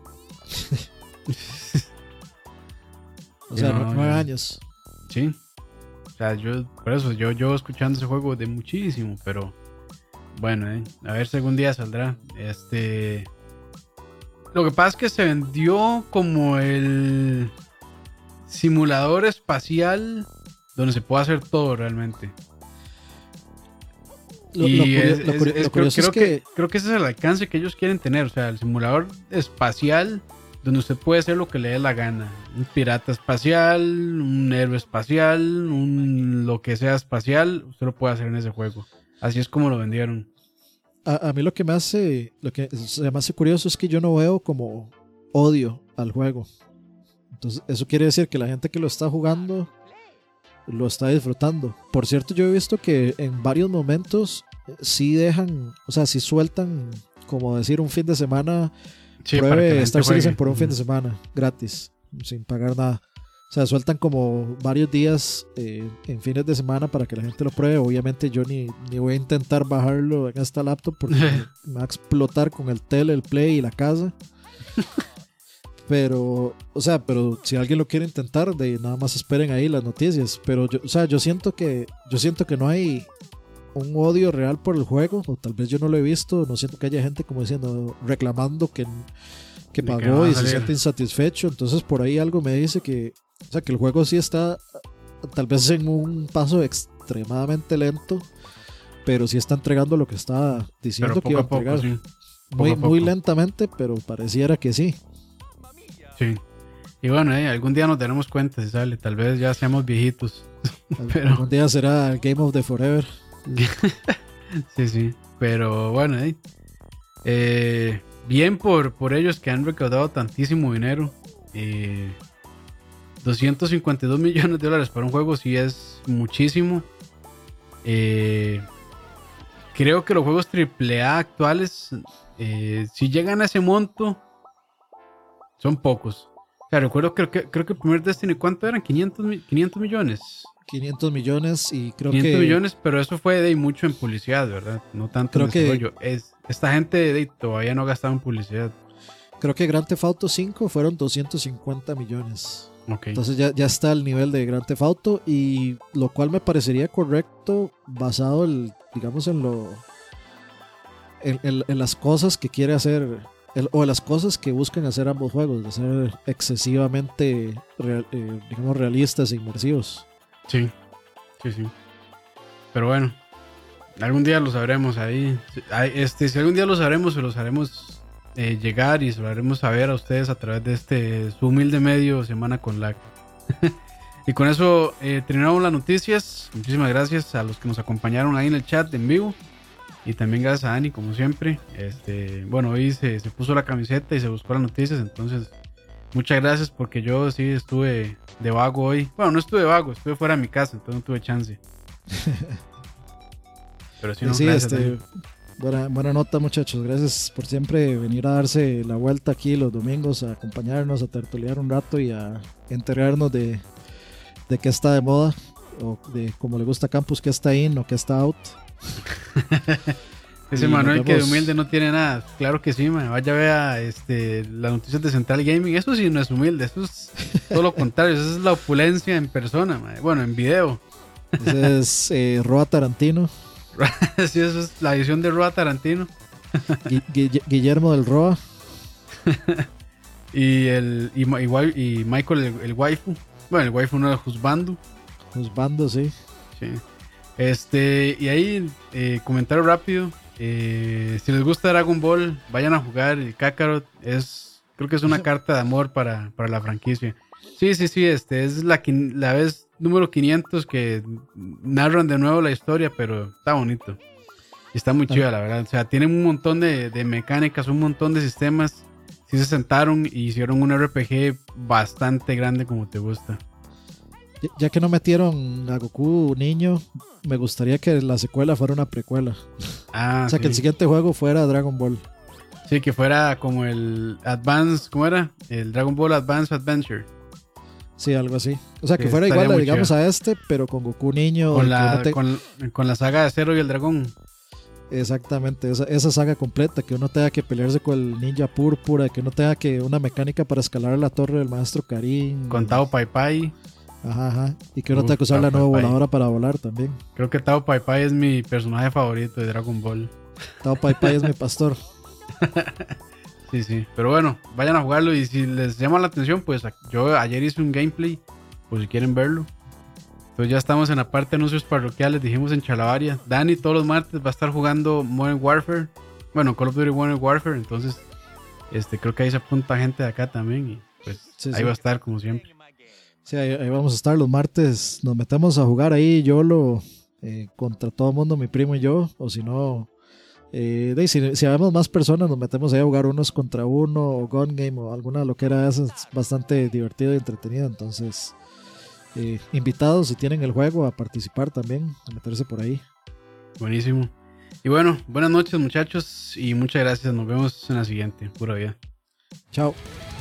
sí. O sea, no, nueve no. años. Sí. O sea, yo por eso yo yo escuchando ese juego de muchísimo, pero bueno, eh, a ver si algún día saldrá. Este Lo que pasa es que se vendió como el simulador espacial donde se puede hacer todo realmente. Lo, y lo curio, es, lo curio, es, lo creo, creo es que... que creo que ese es el alcance que ellos quieren tener. O sea, el simulador espacial donde usted puede hacer lo que le dé la gana. Un pirata espacial, un héroe espacial, un lo que sea espacial, usted lo puede hacer en ese juego. Así es como lo vendieron. A, a mí lo que me hace lo que se me hace curioso es que yo no veo como odio al juego. Entonces eso quiere decir que la gente que lo está jugando lo está disfrutando. Por cierto, yo he visto que en varios momentos sí dejan, o sea, sí sueltan, como decir, un fin de semana Sí, para que la pruebe gente Star juegue. Citizen por un fin de Ujú. semana, gratis, sin pagar nada. O sea, sueltan como varios días eh, en fines de semana para que la gente lo pruebe. Obviamente yo ni, ni voy a intentar bajarlo en esta laptop porque me va a explotar con el tele, el play y la casa. Pero, o sea, pero si alguien lo quiere intentar, de nada más esperen ahí las noticias. Pero yo, o sea, yo siento que, yo siento que no hay un odio real por el juego, o tal vez yo no lo he visto. No siento que haya gente como diciendo, reclamando que, que De que no pagó va a y se salir. siente insatisfecho. Entonces por ahí algo me dice que, o sea, que el juego sí está tal vez en un paso extremadamente lento, pero sí está entregando lo que está diciendo Pero que iba poco a a poco, entregar. sí. Muy, poco a muy poco. lentamente, pero pareciera que sí. Sí. Y bueno, eh, algún día nos daremos cuenta si sale. Tal vez ya seamos viejitos. Al- Pero- Algún día será el Game of the Forever. Sí, sí. Pero bueno, eh, eh, bien por, por ellos que han recaudado tantísimo dinero. Eh, doscientos cincuenta y dos millones de dólares para un juego sí es muchísimo. Eh, creo que los juegos triple A actuales, eh, si llegan a ese monto, son pocos. O sea, recuerdo que creo, creo que el primer Destiny, ¿cuánto eran? quinientos, mi- quinientos millones. quinientos millones y creo quinientos que millones, pero eso fue de ahí mucho en publicidad, ¿verdad? No tanto en Creo que- desarrollo. Es, esta gente de ahí todavía no ha gastado en publicidad. creo que Grand Theft Auto cinco fueron doscientos cincuenta millones. Ok. Entonces ya, ya está al nivel de Grand Theft Auto, y lo cual me parecería correcto basado el, digamos en lo en, en- en las cosas que quiere hacer el- o en las cosas que buscan hacer ambos juegos, de ser excesivamente real- eh, digamos realistas e inmersivos. Sí, sí, sí. Pero bueno, algún día lo sabremos ahí. Ay, Este, si algún día lo sabremos, se los haremos eh, llegar y se lo haremos saber a ustedes a través de este su humilde medio Semana con Lag. Y con eso eh, terminamos las noticias. Muchísimas gracias a los que nos acompañaron ahí en el chat en vivo. Y también gracias a Dani, como siempre. Este, bueno, hoy se, se puso la camiseta y se buscó las noticias. Entonces, muchas gracias porque yo sí estuve de vago hoy. Bueno, no estuve de vago, estuve fuera de mi casa, entonces no tuve chance. Pero sí, Y no, sí, gracias, este, Dani. buena, buena nota, muchachos. Gracias por siempre venir a darse la vuelta aquí los domingos, a acompañarnos, a tertuliar un rato y a enterarnos de, de qué está de moda, o de como le gusta a Campus, qué está in o qué está out. Ese y Manuel nos que de vemos. humilde no tiene nada. Claro que sí, man. Vaya a ver este, las noticias de Central Gaming. Eso sí no es humilde, eso es todo lo contrario. Eso es la opulencia en persona, man. Bueno, en video. Ese es eh, Roa Tarantino, Sí, eso es la edición de Roa Tarantino. Gui- Gui- Guillermo del Roa. Y el y, Ma- y Wai- y Michael el, el waifu. Bueno, el waifu no, el juzbando. Juzbando, sí. Sí. Este, y ahí, eh, comentario rápido. Eh, si les gusta Dragon Ball, vayan a jugar el Kakarot. Es, creo que es una carta de amor para, para la franquicia. Sí, sí, sí, este es la, quin- la vez número quinientos que narran de nuevo la historia, pero está bonito. Y está muy chida, la verdad. O sea, tienen un montón de, de mecánicas, un montón de sistemas. Sí se sentaron y hicieron un R P G bastante grande como te gusta. Ya- Ya que no metieron a Goku niño, me gustaría que la secuela fuera una precuela. Ah, O sea, sí. que el siguiente juego fuera Dragon Ball. Sí, que fuera como el Advance, ¿cómo era? El Dragon Ball Advance Adventure. Sí, algo así. O sea, que Sí, fuera estaría igual, muy digamos, a este, pero con Goku niño. Con y que uno la, te- con, con la saga de Cero y el Dragón. Exactamente, esa, esa saga completa, que uno tenga que pelearse con el ninja púrpura, que uno tenga que una mecánica para escalar la torre del maestro Karin. Con Tao Pai Pai. Ajá, ajá. Y que uno Uf, tenga que usar la Tao nueva Pai Pai. voladora para volar también. Creo que Tao Pai Pai es mi personaje favorito de Dragon Ball. Tao Pai Pai es mi pastor. Sí, sí. Pero bueno, vayan a jugarlo y si les llama la atención, pues a- yo ayer hice un gameplay, por si quieren verlo. Entonces ya estamos en la parte de anuncios parroquiales, dijimos en Chalabaria. Dani todos los martes va a estar jugando Modern Warfare. Bueno, Call of Duty Modern Warfare. Entonces, este, creo que ahí se apunta gente de acá también. Y pues Sí, ahí sí. va a estar como siempre. Sí, ahí, ahí vamos a estar los martes. Nos metemos a jugar ahí, yo lo eh, contra todo el mundo, mi primo y yo. O si no, eh, de- si, si habemos más personas, nos metemos ahí a jugar unos contra uno, o Gun Game, o alguna lo que era eso. Es bastante divertido y entretenido. Entonces, eh, invitados, si tienen el juego, a participar también, a meterse por ahí. Buenísimo. Y bueno, buenas noches muchachos y muchas gracias. Nos vemos en la siguiente. Pura vida. Chao.